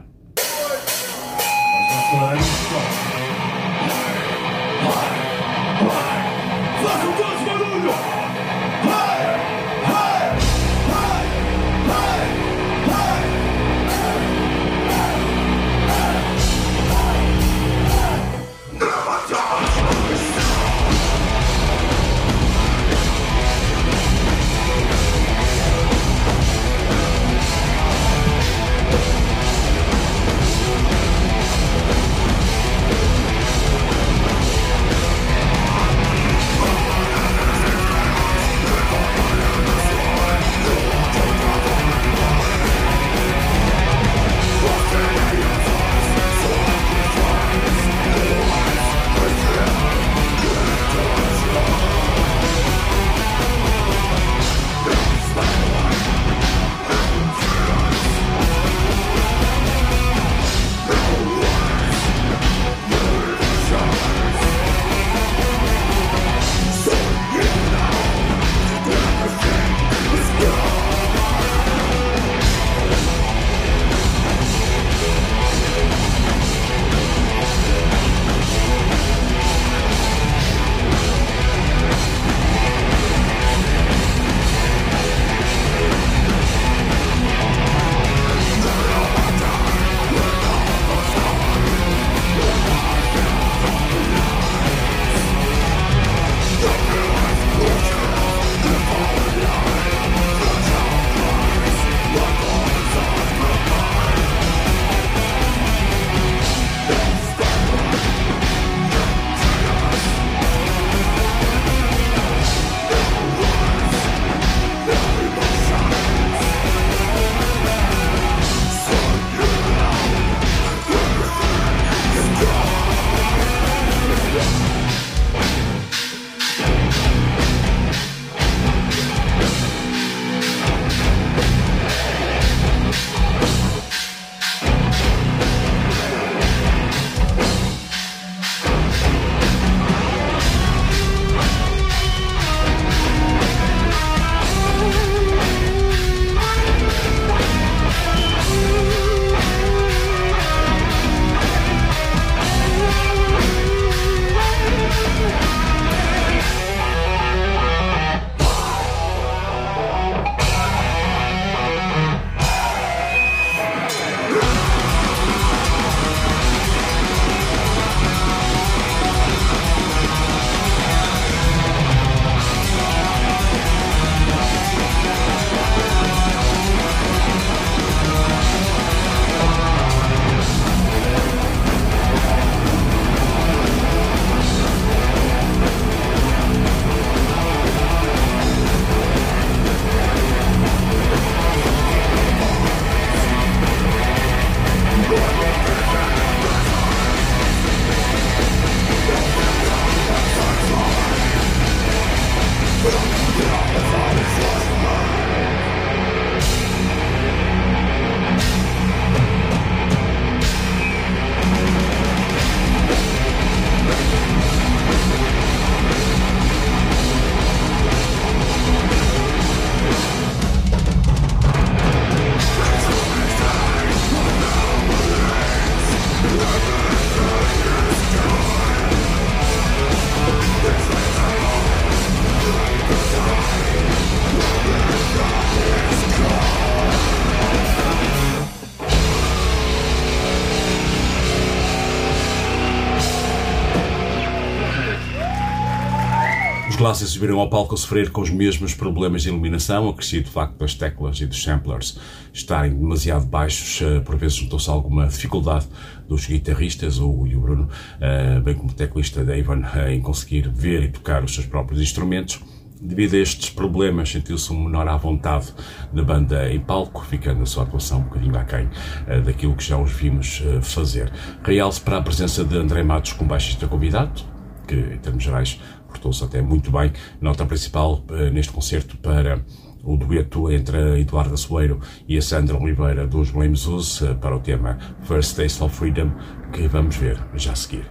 Sebastian subiram ao palco a sofrer com os mesmos problemas de iluminação, acrescido do facto das teclas e dos samplers estarem demasiado baixos, por vezes notou-se alguma dificuldade dos guitarristas, o e o Bruno, bem como o teclista Davon, em conseguir ver e tocar os seus próprios instrumentos. Devido a estes problemas, sentiu-se um menor à vontade da banda em palco, ficando a sua atuação um bocadinho aquém uh, daquilo que já os vimos uh, fazer. Realce para a presença de André Matos como baixista convidado, que em termos gerais portou-se até muito bem. Nota principal uh, neste concerto para o dueto entre a Eduardo Soeiro e a Sandra Oliveira dos Blame Zeus uh, para o tema First Taste of Freedom, que vamos ver já a seguir.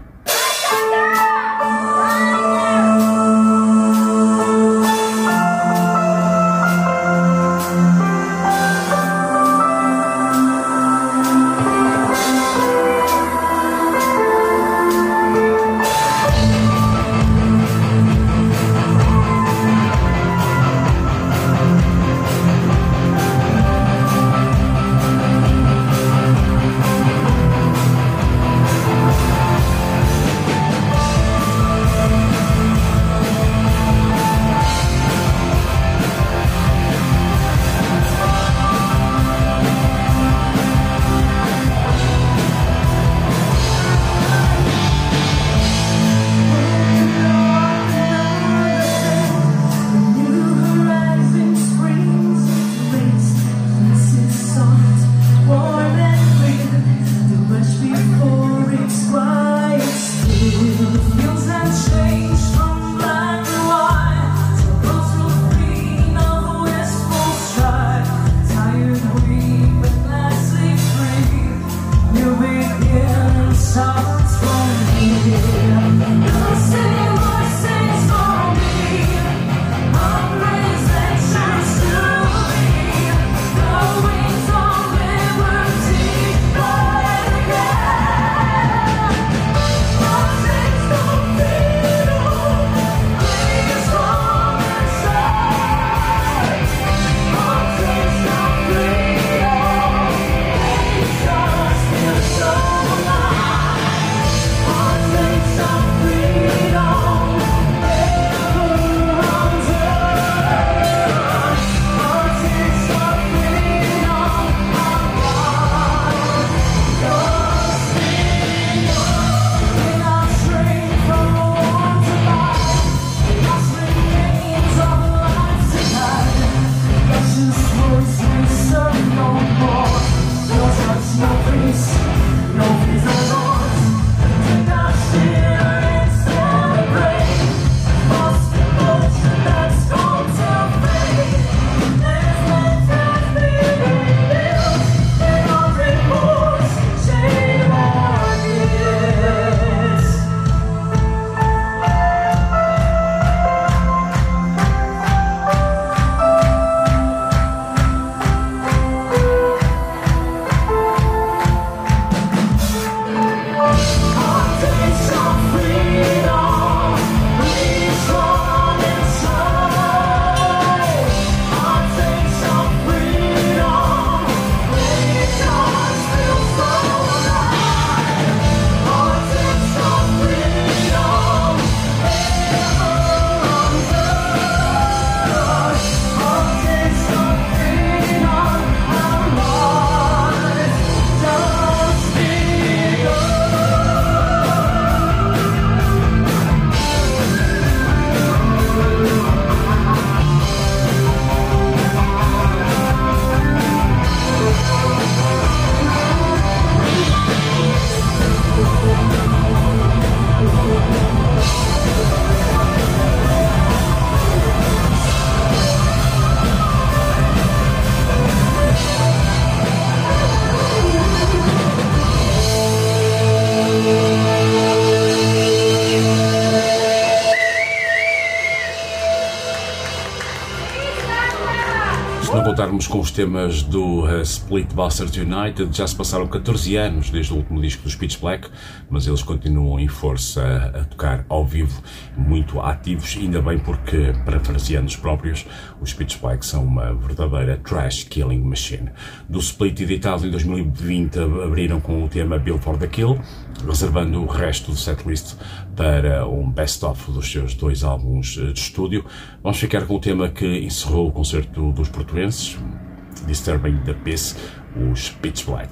não contarmos com os temas do uh, Split Bastards United, já se passaram catorze anos desde o último disco dos Pitch Black, mas eles continuam em força a, a tocar ao vivo, muito ativos, ainda bem porque, parafraseando os próprios, os Pitch Black são uma verdadeira trash killing machine. Do Split editado em dois mil e vinte abriram com o tema Build for the Kill, reservando o resto do setlist para um best-of dos seus dois álbuns de estúdio. Vamos ficar com o tema que encerrou o concerto dos portuenses, Disturbing the Peace, os Pitch Black.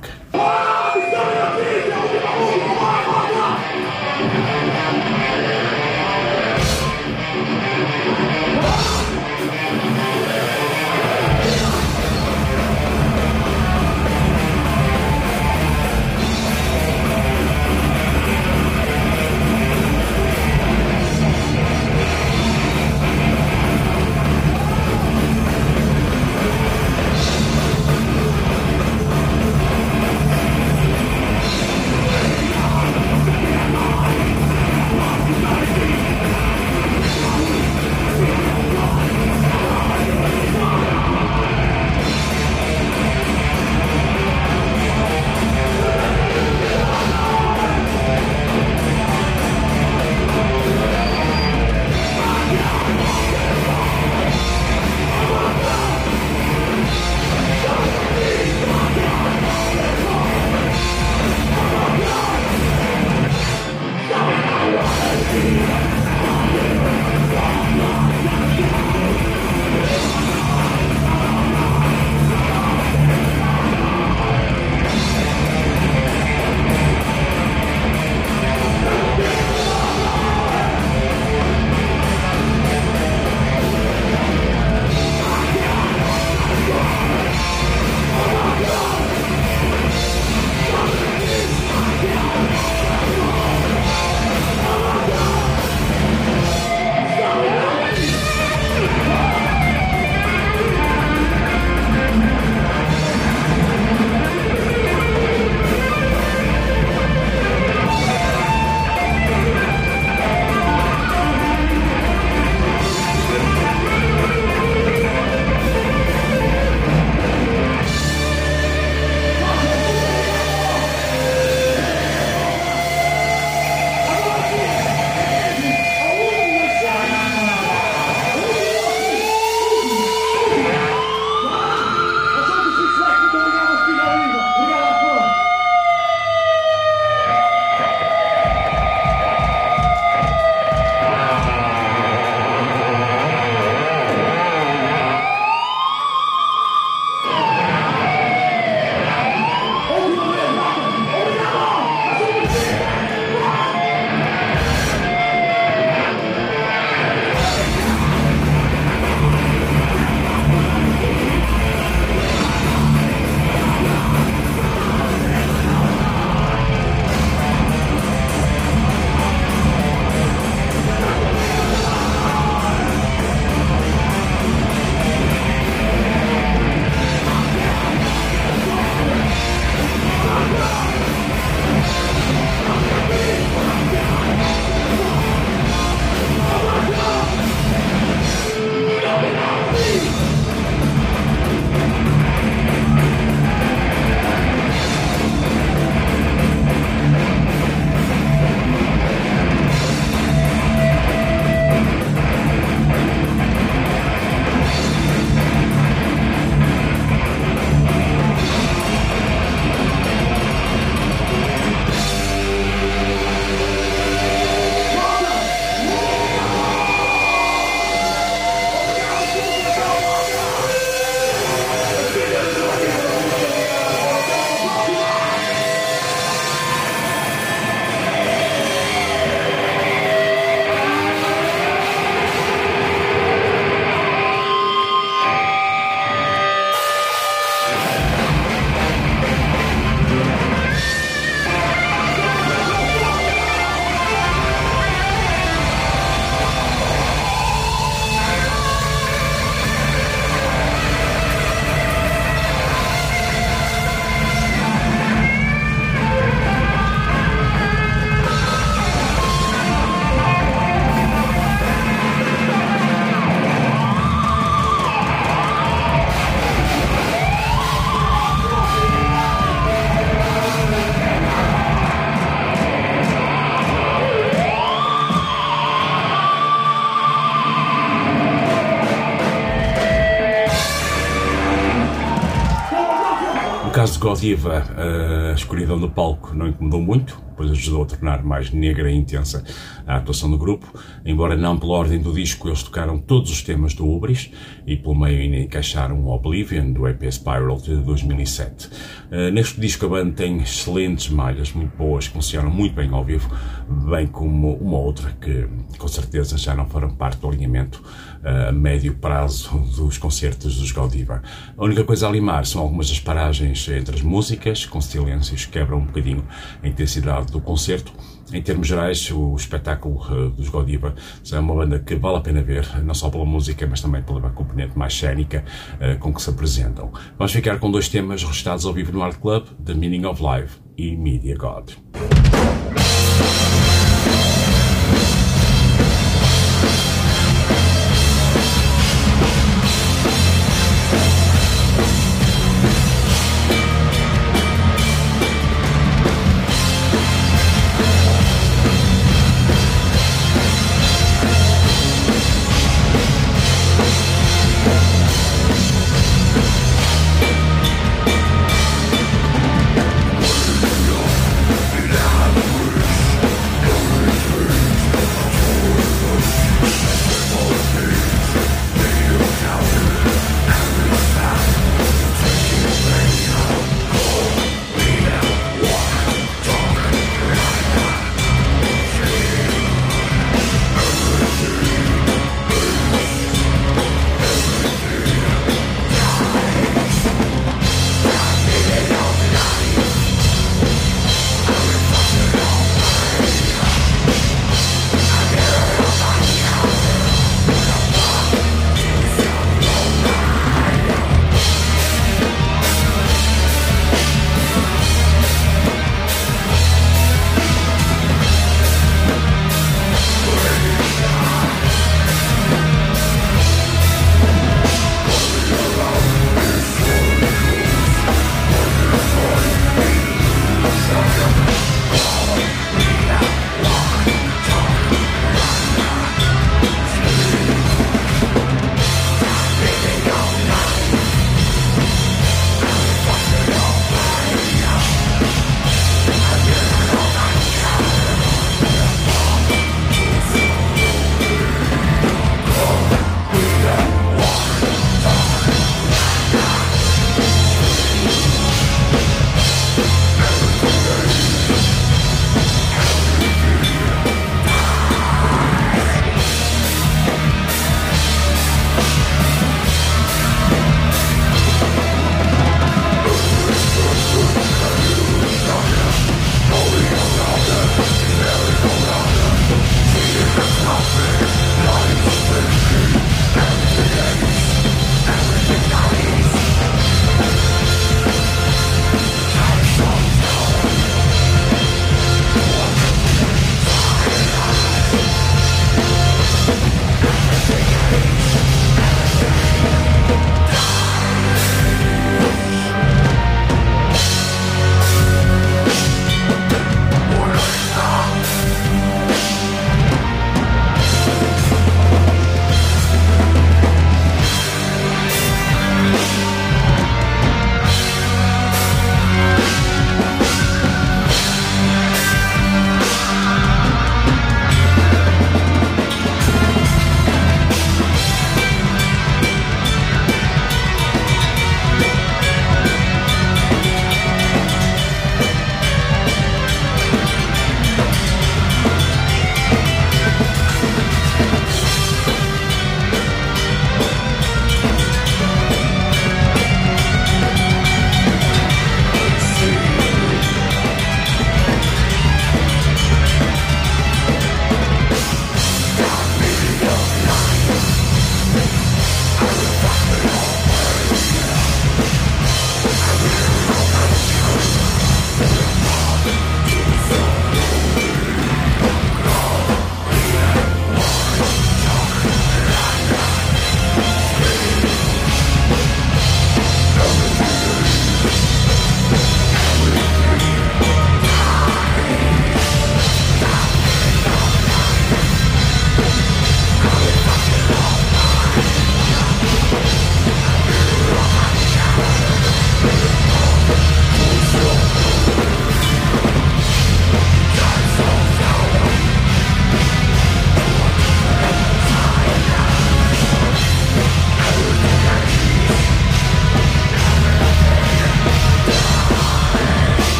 We'll be right back. caso de Godiva, a escuridão do palco não incomodou muito, pois ajudou a tornar mais negra e intensa a atuação do grupo. Embora não pela ordem do disco, eles tocaram todos os temas do Hubris e pelo meio ainda encaixaram o Oblivion do E P Spiral de dois mil e sete. Uh, neste disco a banda tem excelentes malhas, muito boas, que funcionam muito bem ao vivo, bem como uma outra que com certeza já não farão parte do alinhamento uh, a médio prazo dos concertos dos Godiva. A única coisa a limar são algumas das paragens entre as músicas, com silêncios que quebram um bocadinho a intensidade do concerto. Em termos gerais, o espetáculo uh, dos Godiva é uma banda que vale a pena ver, não só pela música, mas também pela componente mais cénica uh, com que se apresentam. Vamos ficar com dois temas registrados ao vivo no Art Club, The Meaning of Life e Media God. Love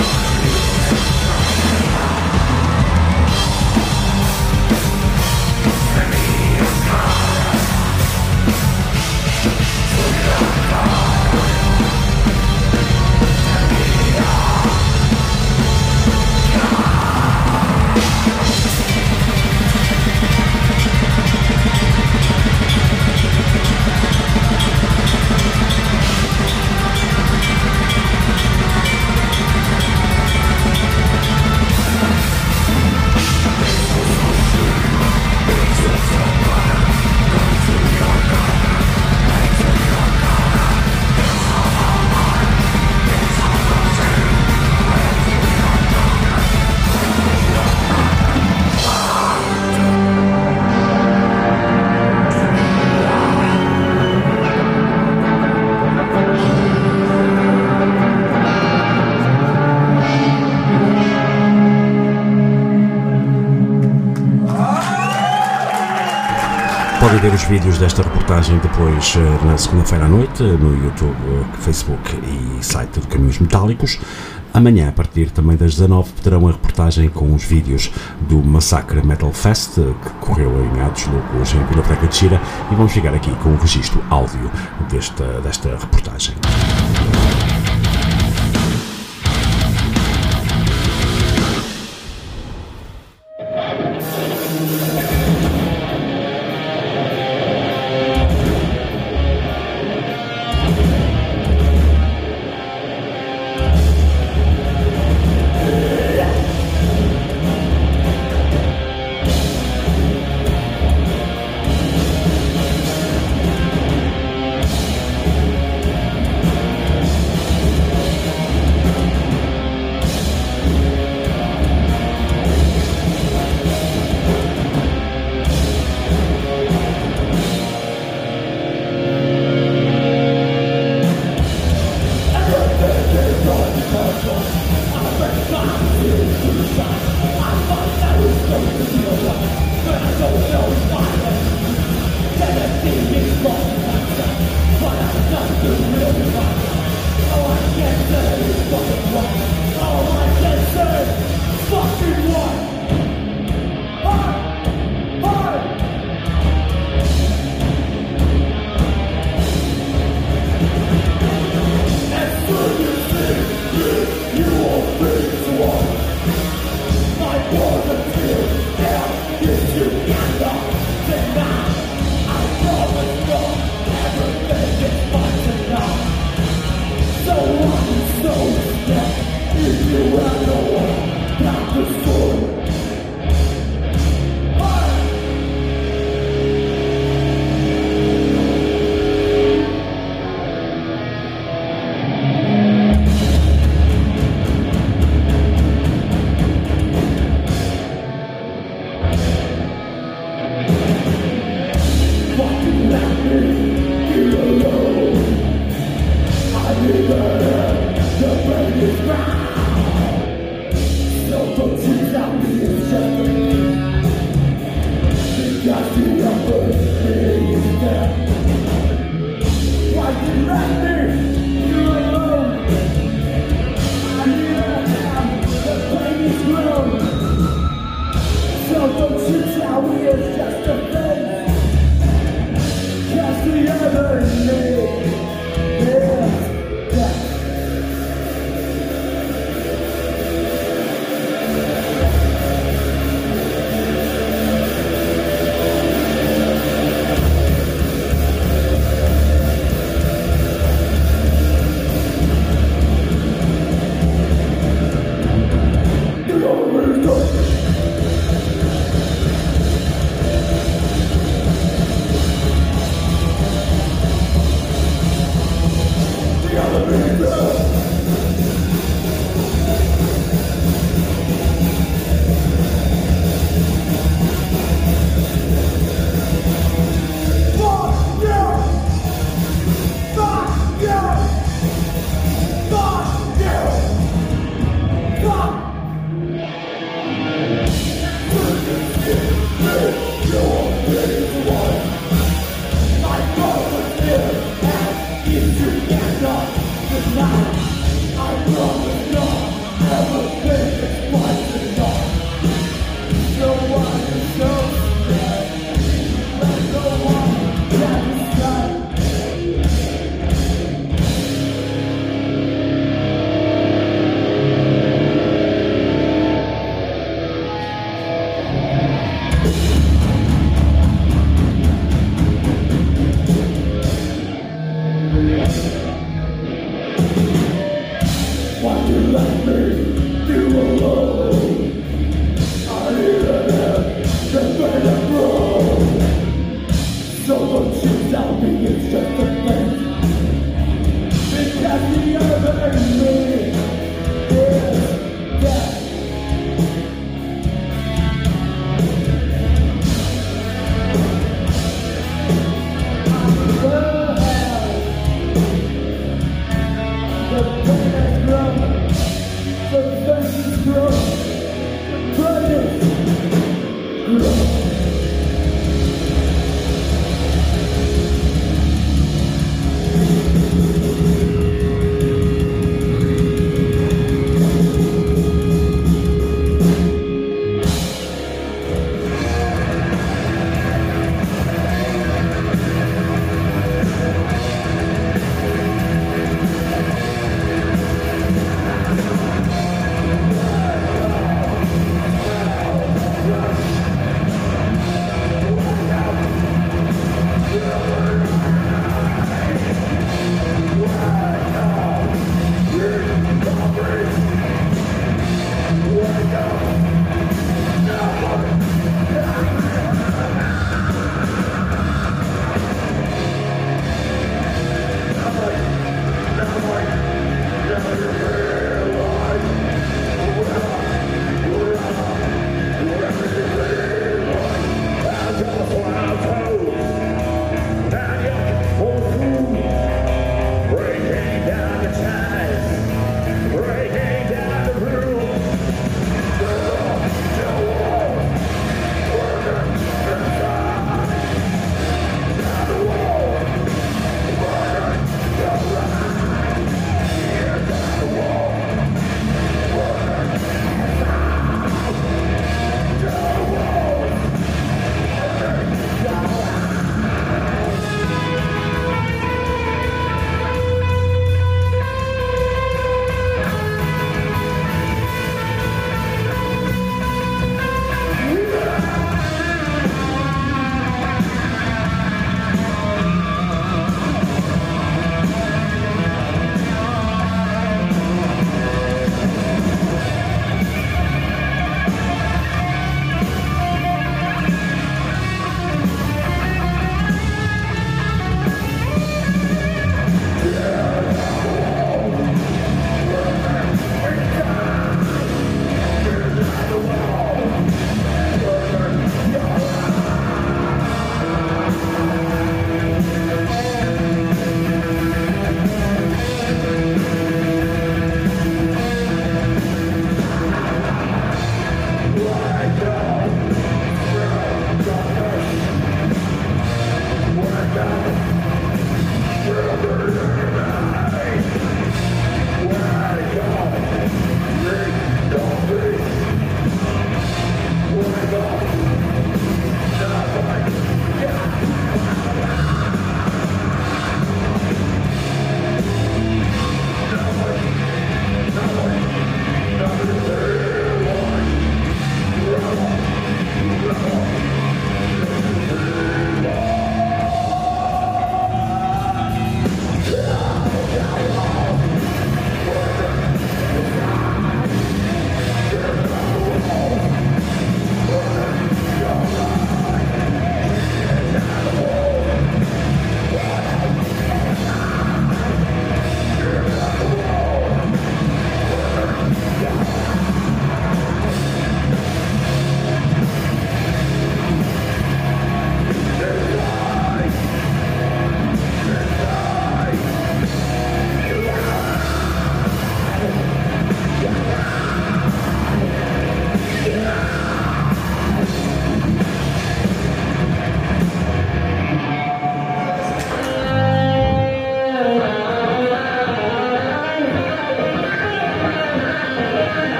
Podem ver os vídeos desta reportagem depois na segunda-feira à noite no YouTube, Facebook e site do Caminhos Metálicos. Amanhã, a partir também das dezanove, terão a reportagem com os vídeos do Massacre Metal Fest, que correu em Atos Loucos, em Vila Franca de Xira, e vamos chegar aqui com o registro áudio desta, desta reportagem.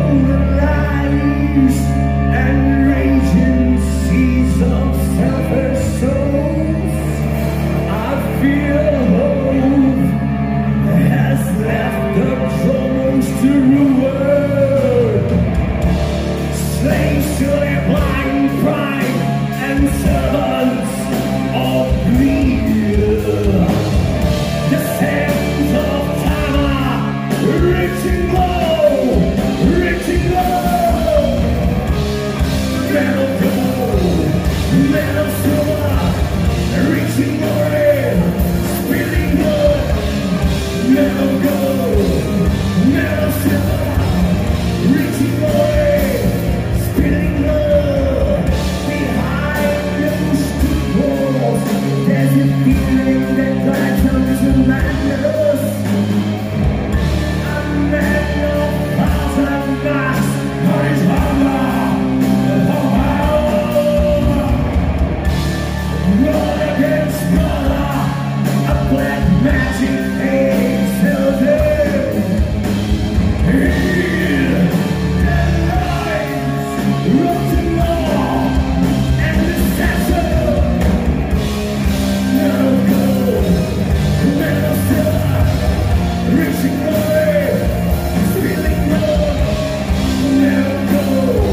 Reaching away, feeling love, never go.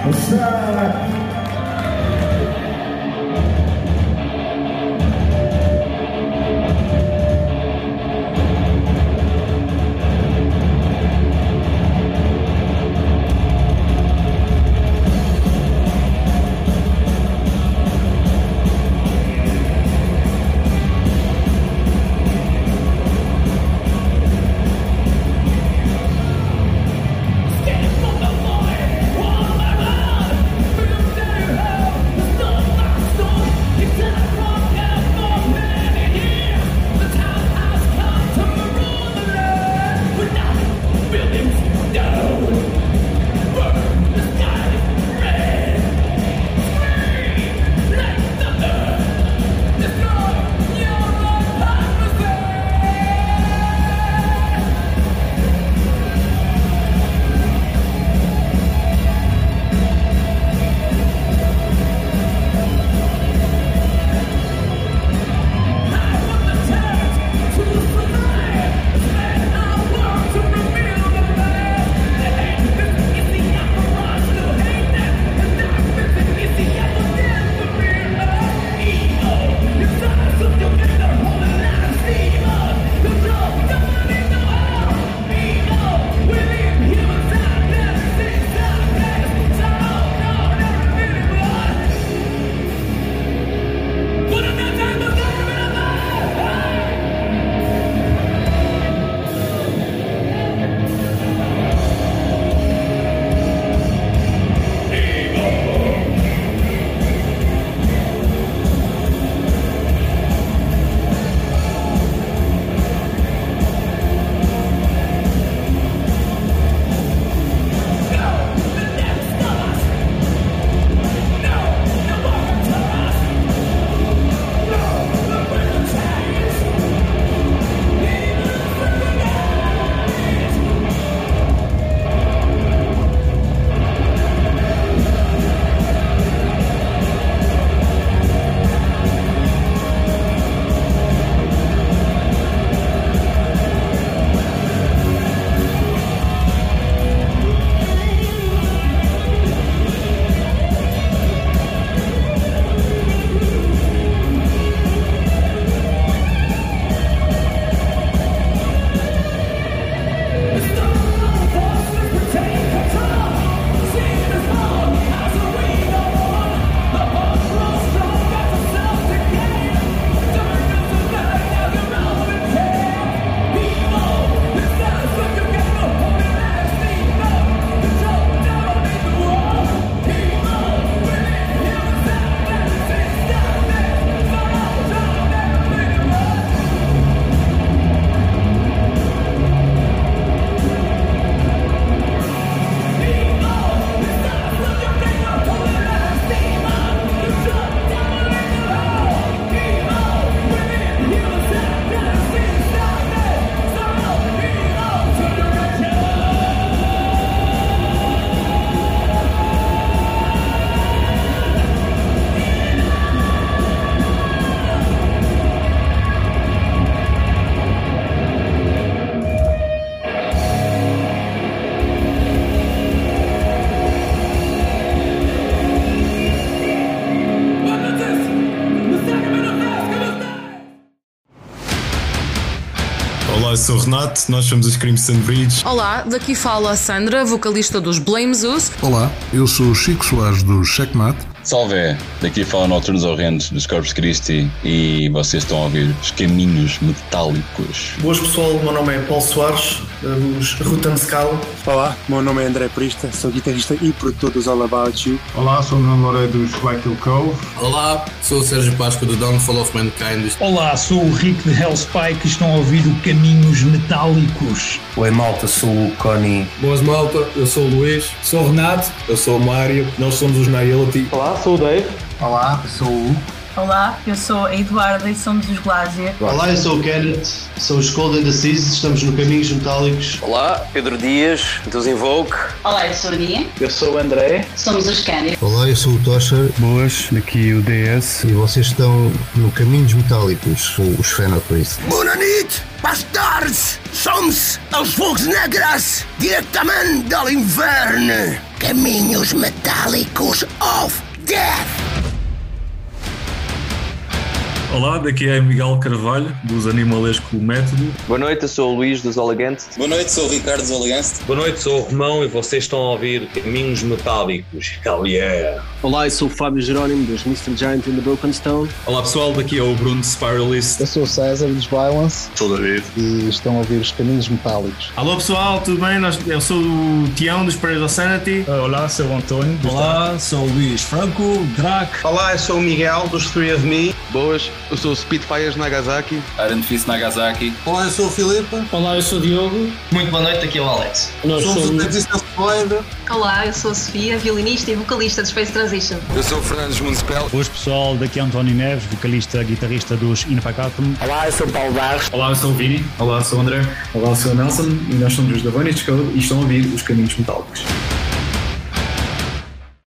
Olá, eu sou o Renato, nós somos os Crimson Bridge. Olá, daqui fala a Sandra, vocalista dos Blame Zeus. Olá, eu sou o Chico Soares do Checkmate. Salve, daqui fala Noturnos Horrendos dos Corpus Christi e vocês estão a ouvir os Caminhos Metálicos. Boas pessoal, o meu nome é Paulo Soares, dos Rutan Skal. Olá, meu nome é André Prista, sou guitarrista e produtor dos All About You. Olá, sou o Nuno Loureiro dos Blackhill Cove. Olá, sou o Sérgio Páscoa do Downfall of Mankind. Olá, sou o Rick de Hellspike e estão a ouvir o Caminhos Metálicos. Oi malta, sou o Connie. Boas malta, eu sou o Luís. Sou o Renato. Eu sou o Mário. Nós somos os Nihility. Olá, sou o Dave. Olá, eu sou o Hugo. Olá, eu sou a Eduarda e somos os Glazier. Olá, eu sou o Kenneth, sou os Cold and the Seas, estamos no Caminhos Metálicos. Olá, Pedro Dias, dos Invoke. Olá, eu sou a Nia. Eu sou o André. Somos os Candy. Olá, eu sou o Tosher. Boas, daqui o D S. E vocês estão no Caminhos Metálicos, com os Fenotris. Boa noite, bastards! Somos os Fogos Negras, diretamente do inverno. Caminhos Metálicos of Death. Olá, daqui é Miguel Carvalho, dos Animalesco Método. Boa noite, eu sou o Luís, dos Olegantes. Boa noite, sou o Ricardo, dos Olegantes. Boa noite, sou o Romão e vocês estão a ouvir Caminhos Metálicos. Hell yeah! Olá, eu sou o Fábio Jerónimo, dos mister Giant and the Broken Stone. Olá pessoal, daqui é o Bruno Spiralist. Eu sou o César, dos Violence. Sou o David. E estão a ouvir os Caminhos Metálicos. Alô pessoal, tudo bem? Eu sou o Tião, dos Prayers of Sanity. Olá, sou o António. Olá, sou o Luís Franco, Drac. Olá, eu sou o Miguel, dos Three of Me. Boas, eu sou o Spitfires Nagasaki. Iron Fist Nagasaki. Olá, eu sou o Filipe. Olá, eu sou o Diogo. Muito boa noite, aqui é o Alex. Nós somos o Resistance Void. Olá, eu sou a Sofia, violinista e vocalista de Space Transition. Eu sou o Fernandes Municipal. Boas pessoal, daqui é António Neves, vocalista e guitarrista dos Infacatum. Olá, eu sou o Paulo Barros. Olá, eu sou o Vini. Olá, eu sou o André. Olá, eu sou o Nelson e nós somos os da Vanity Code e estão a ouvir os Caminhos Metálicos.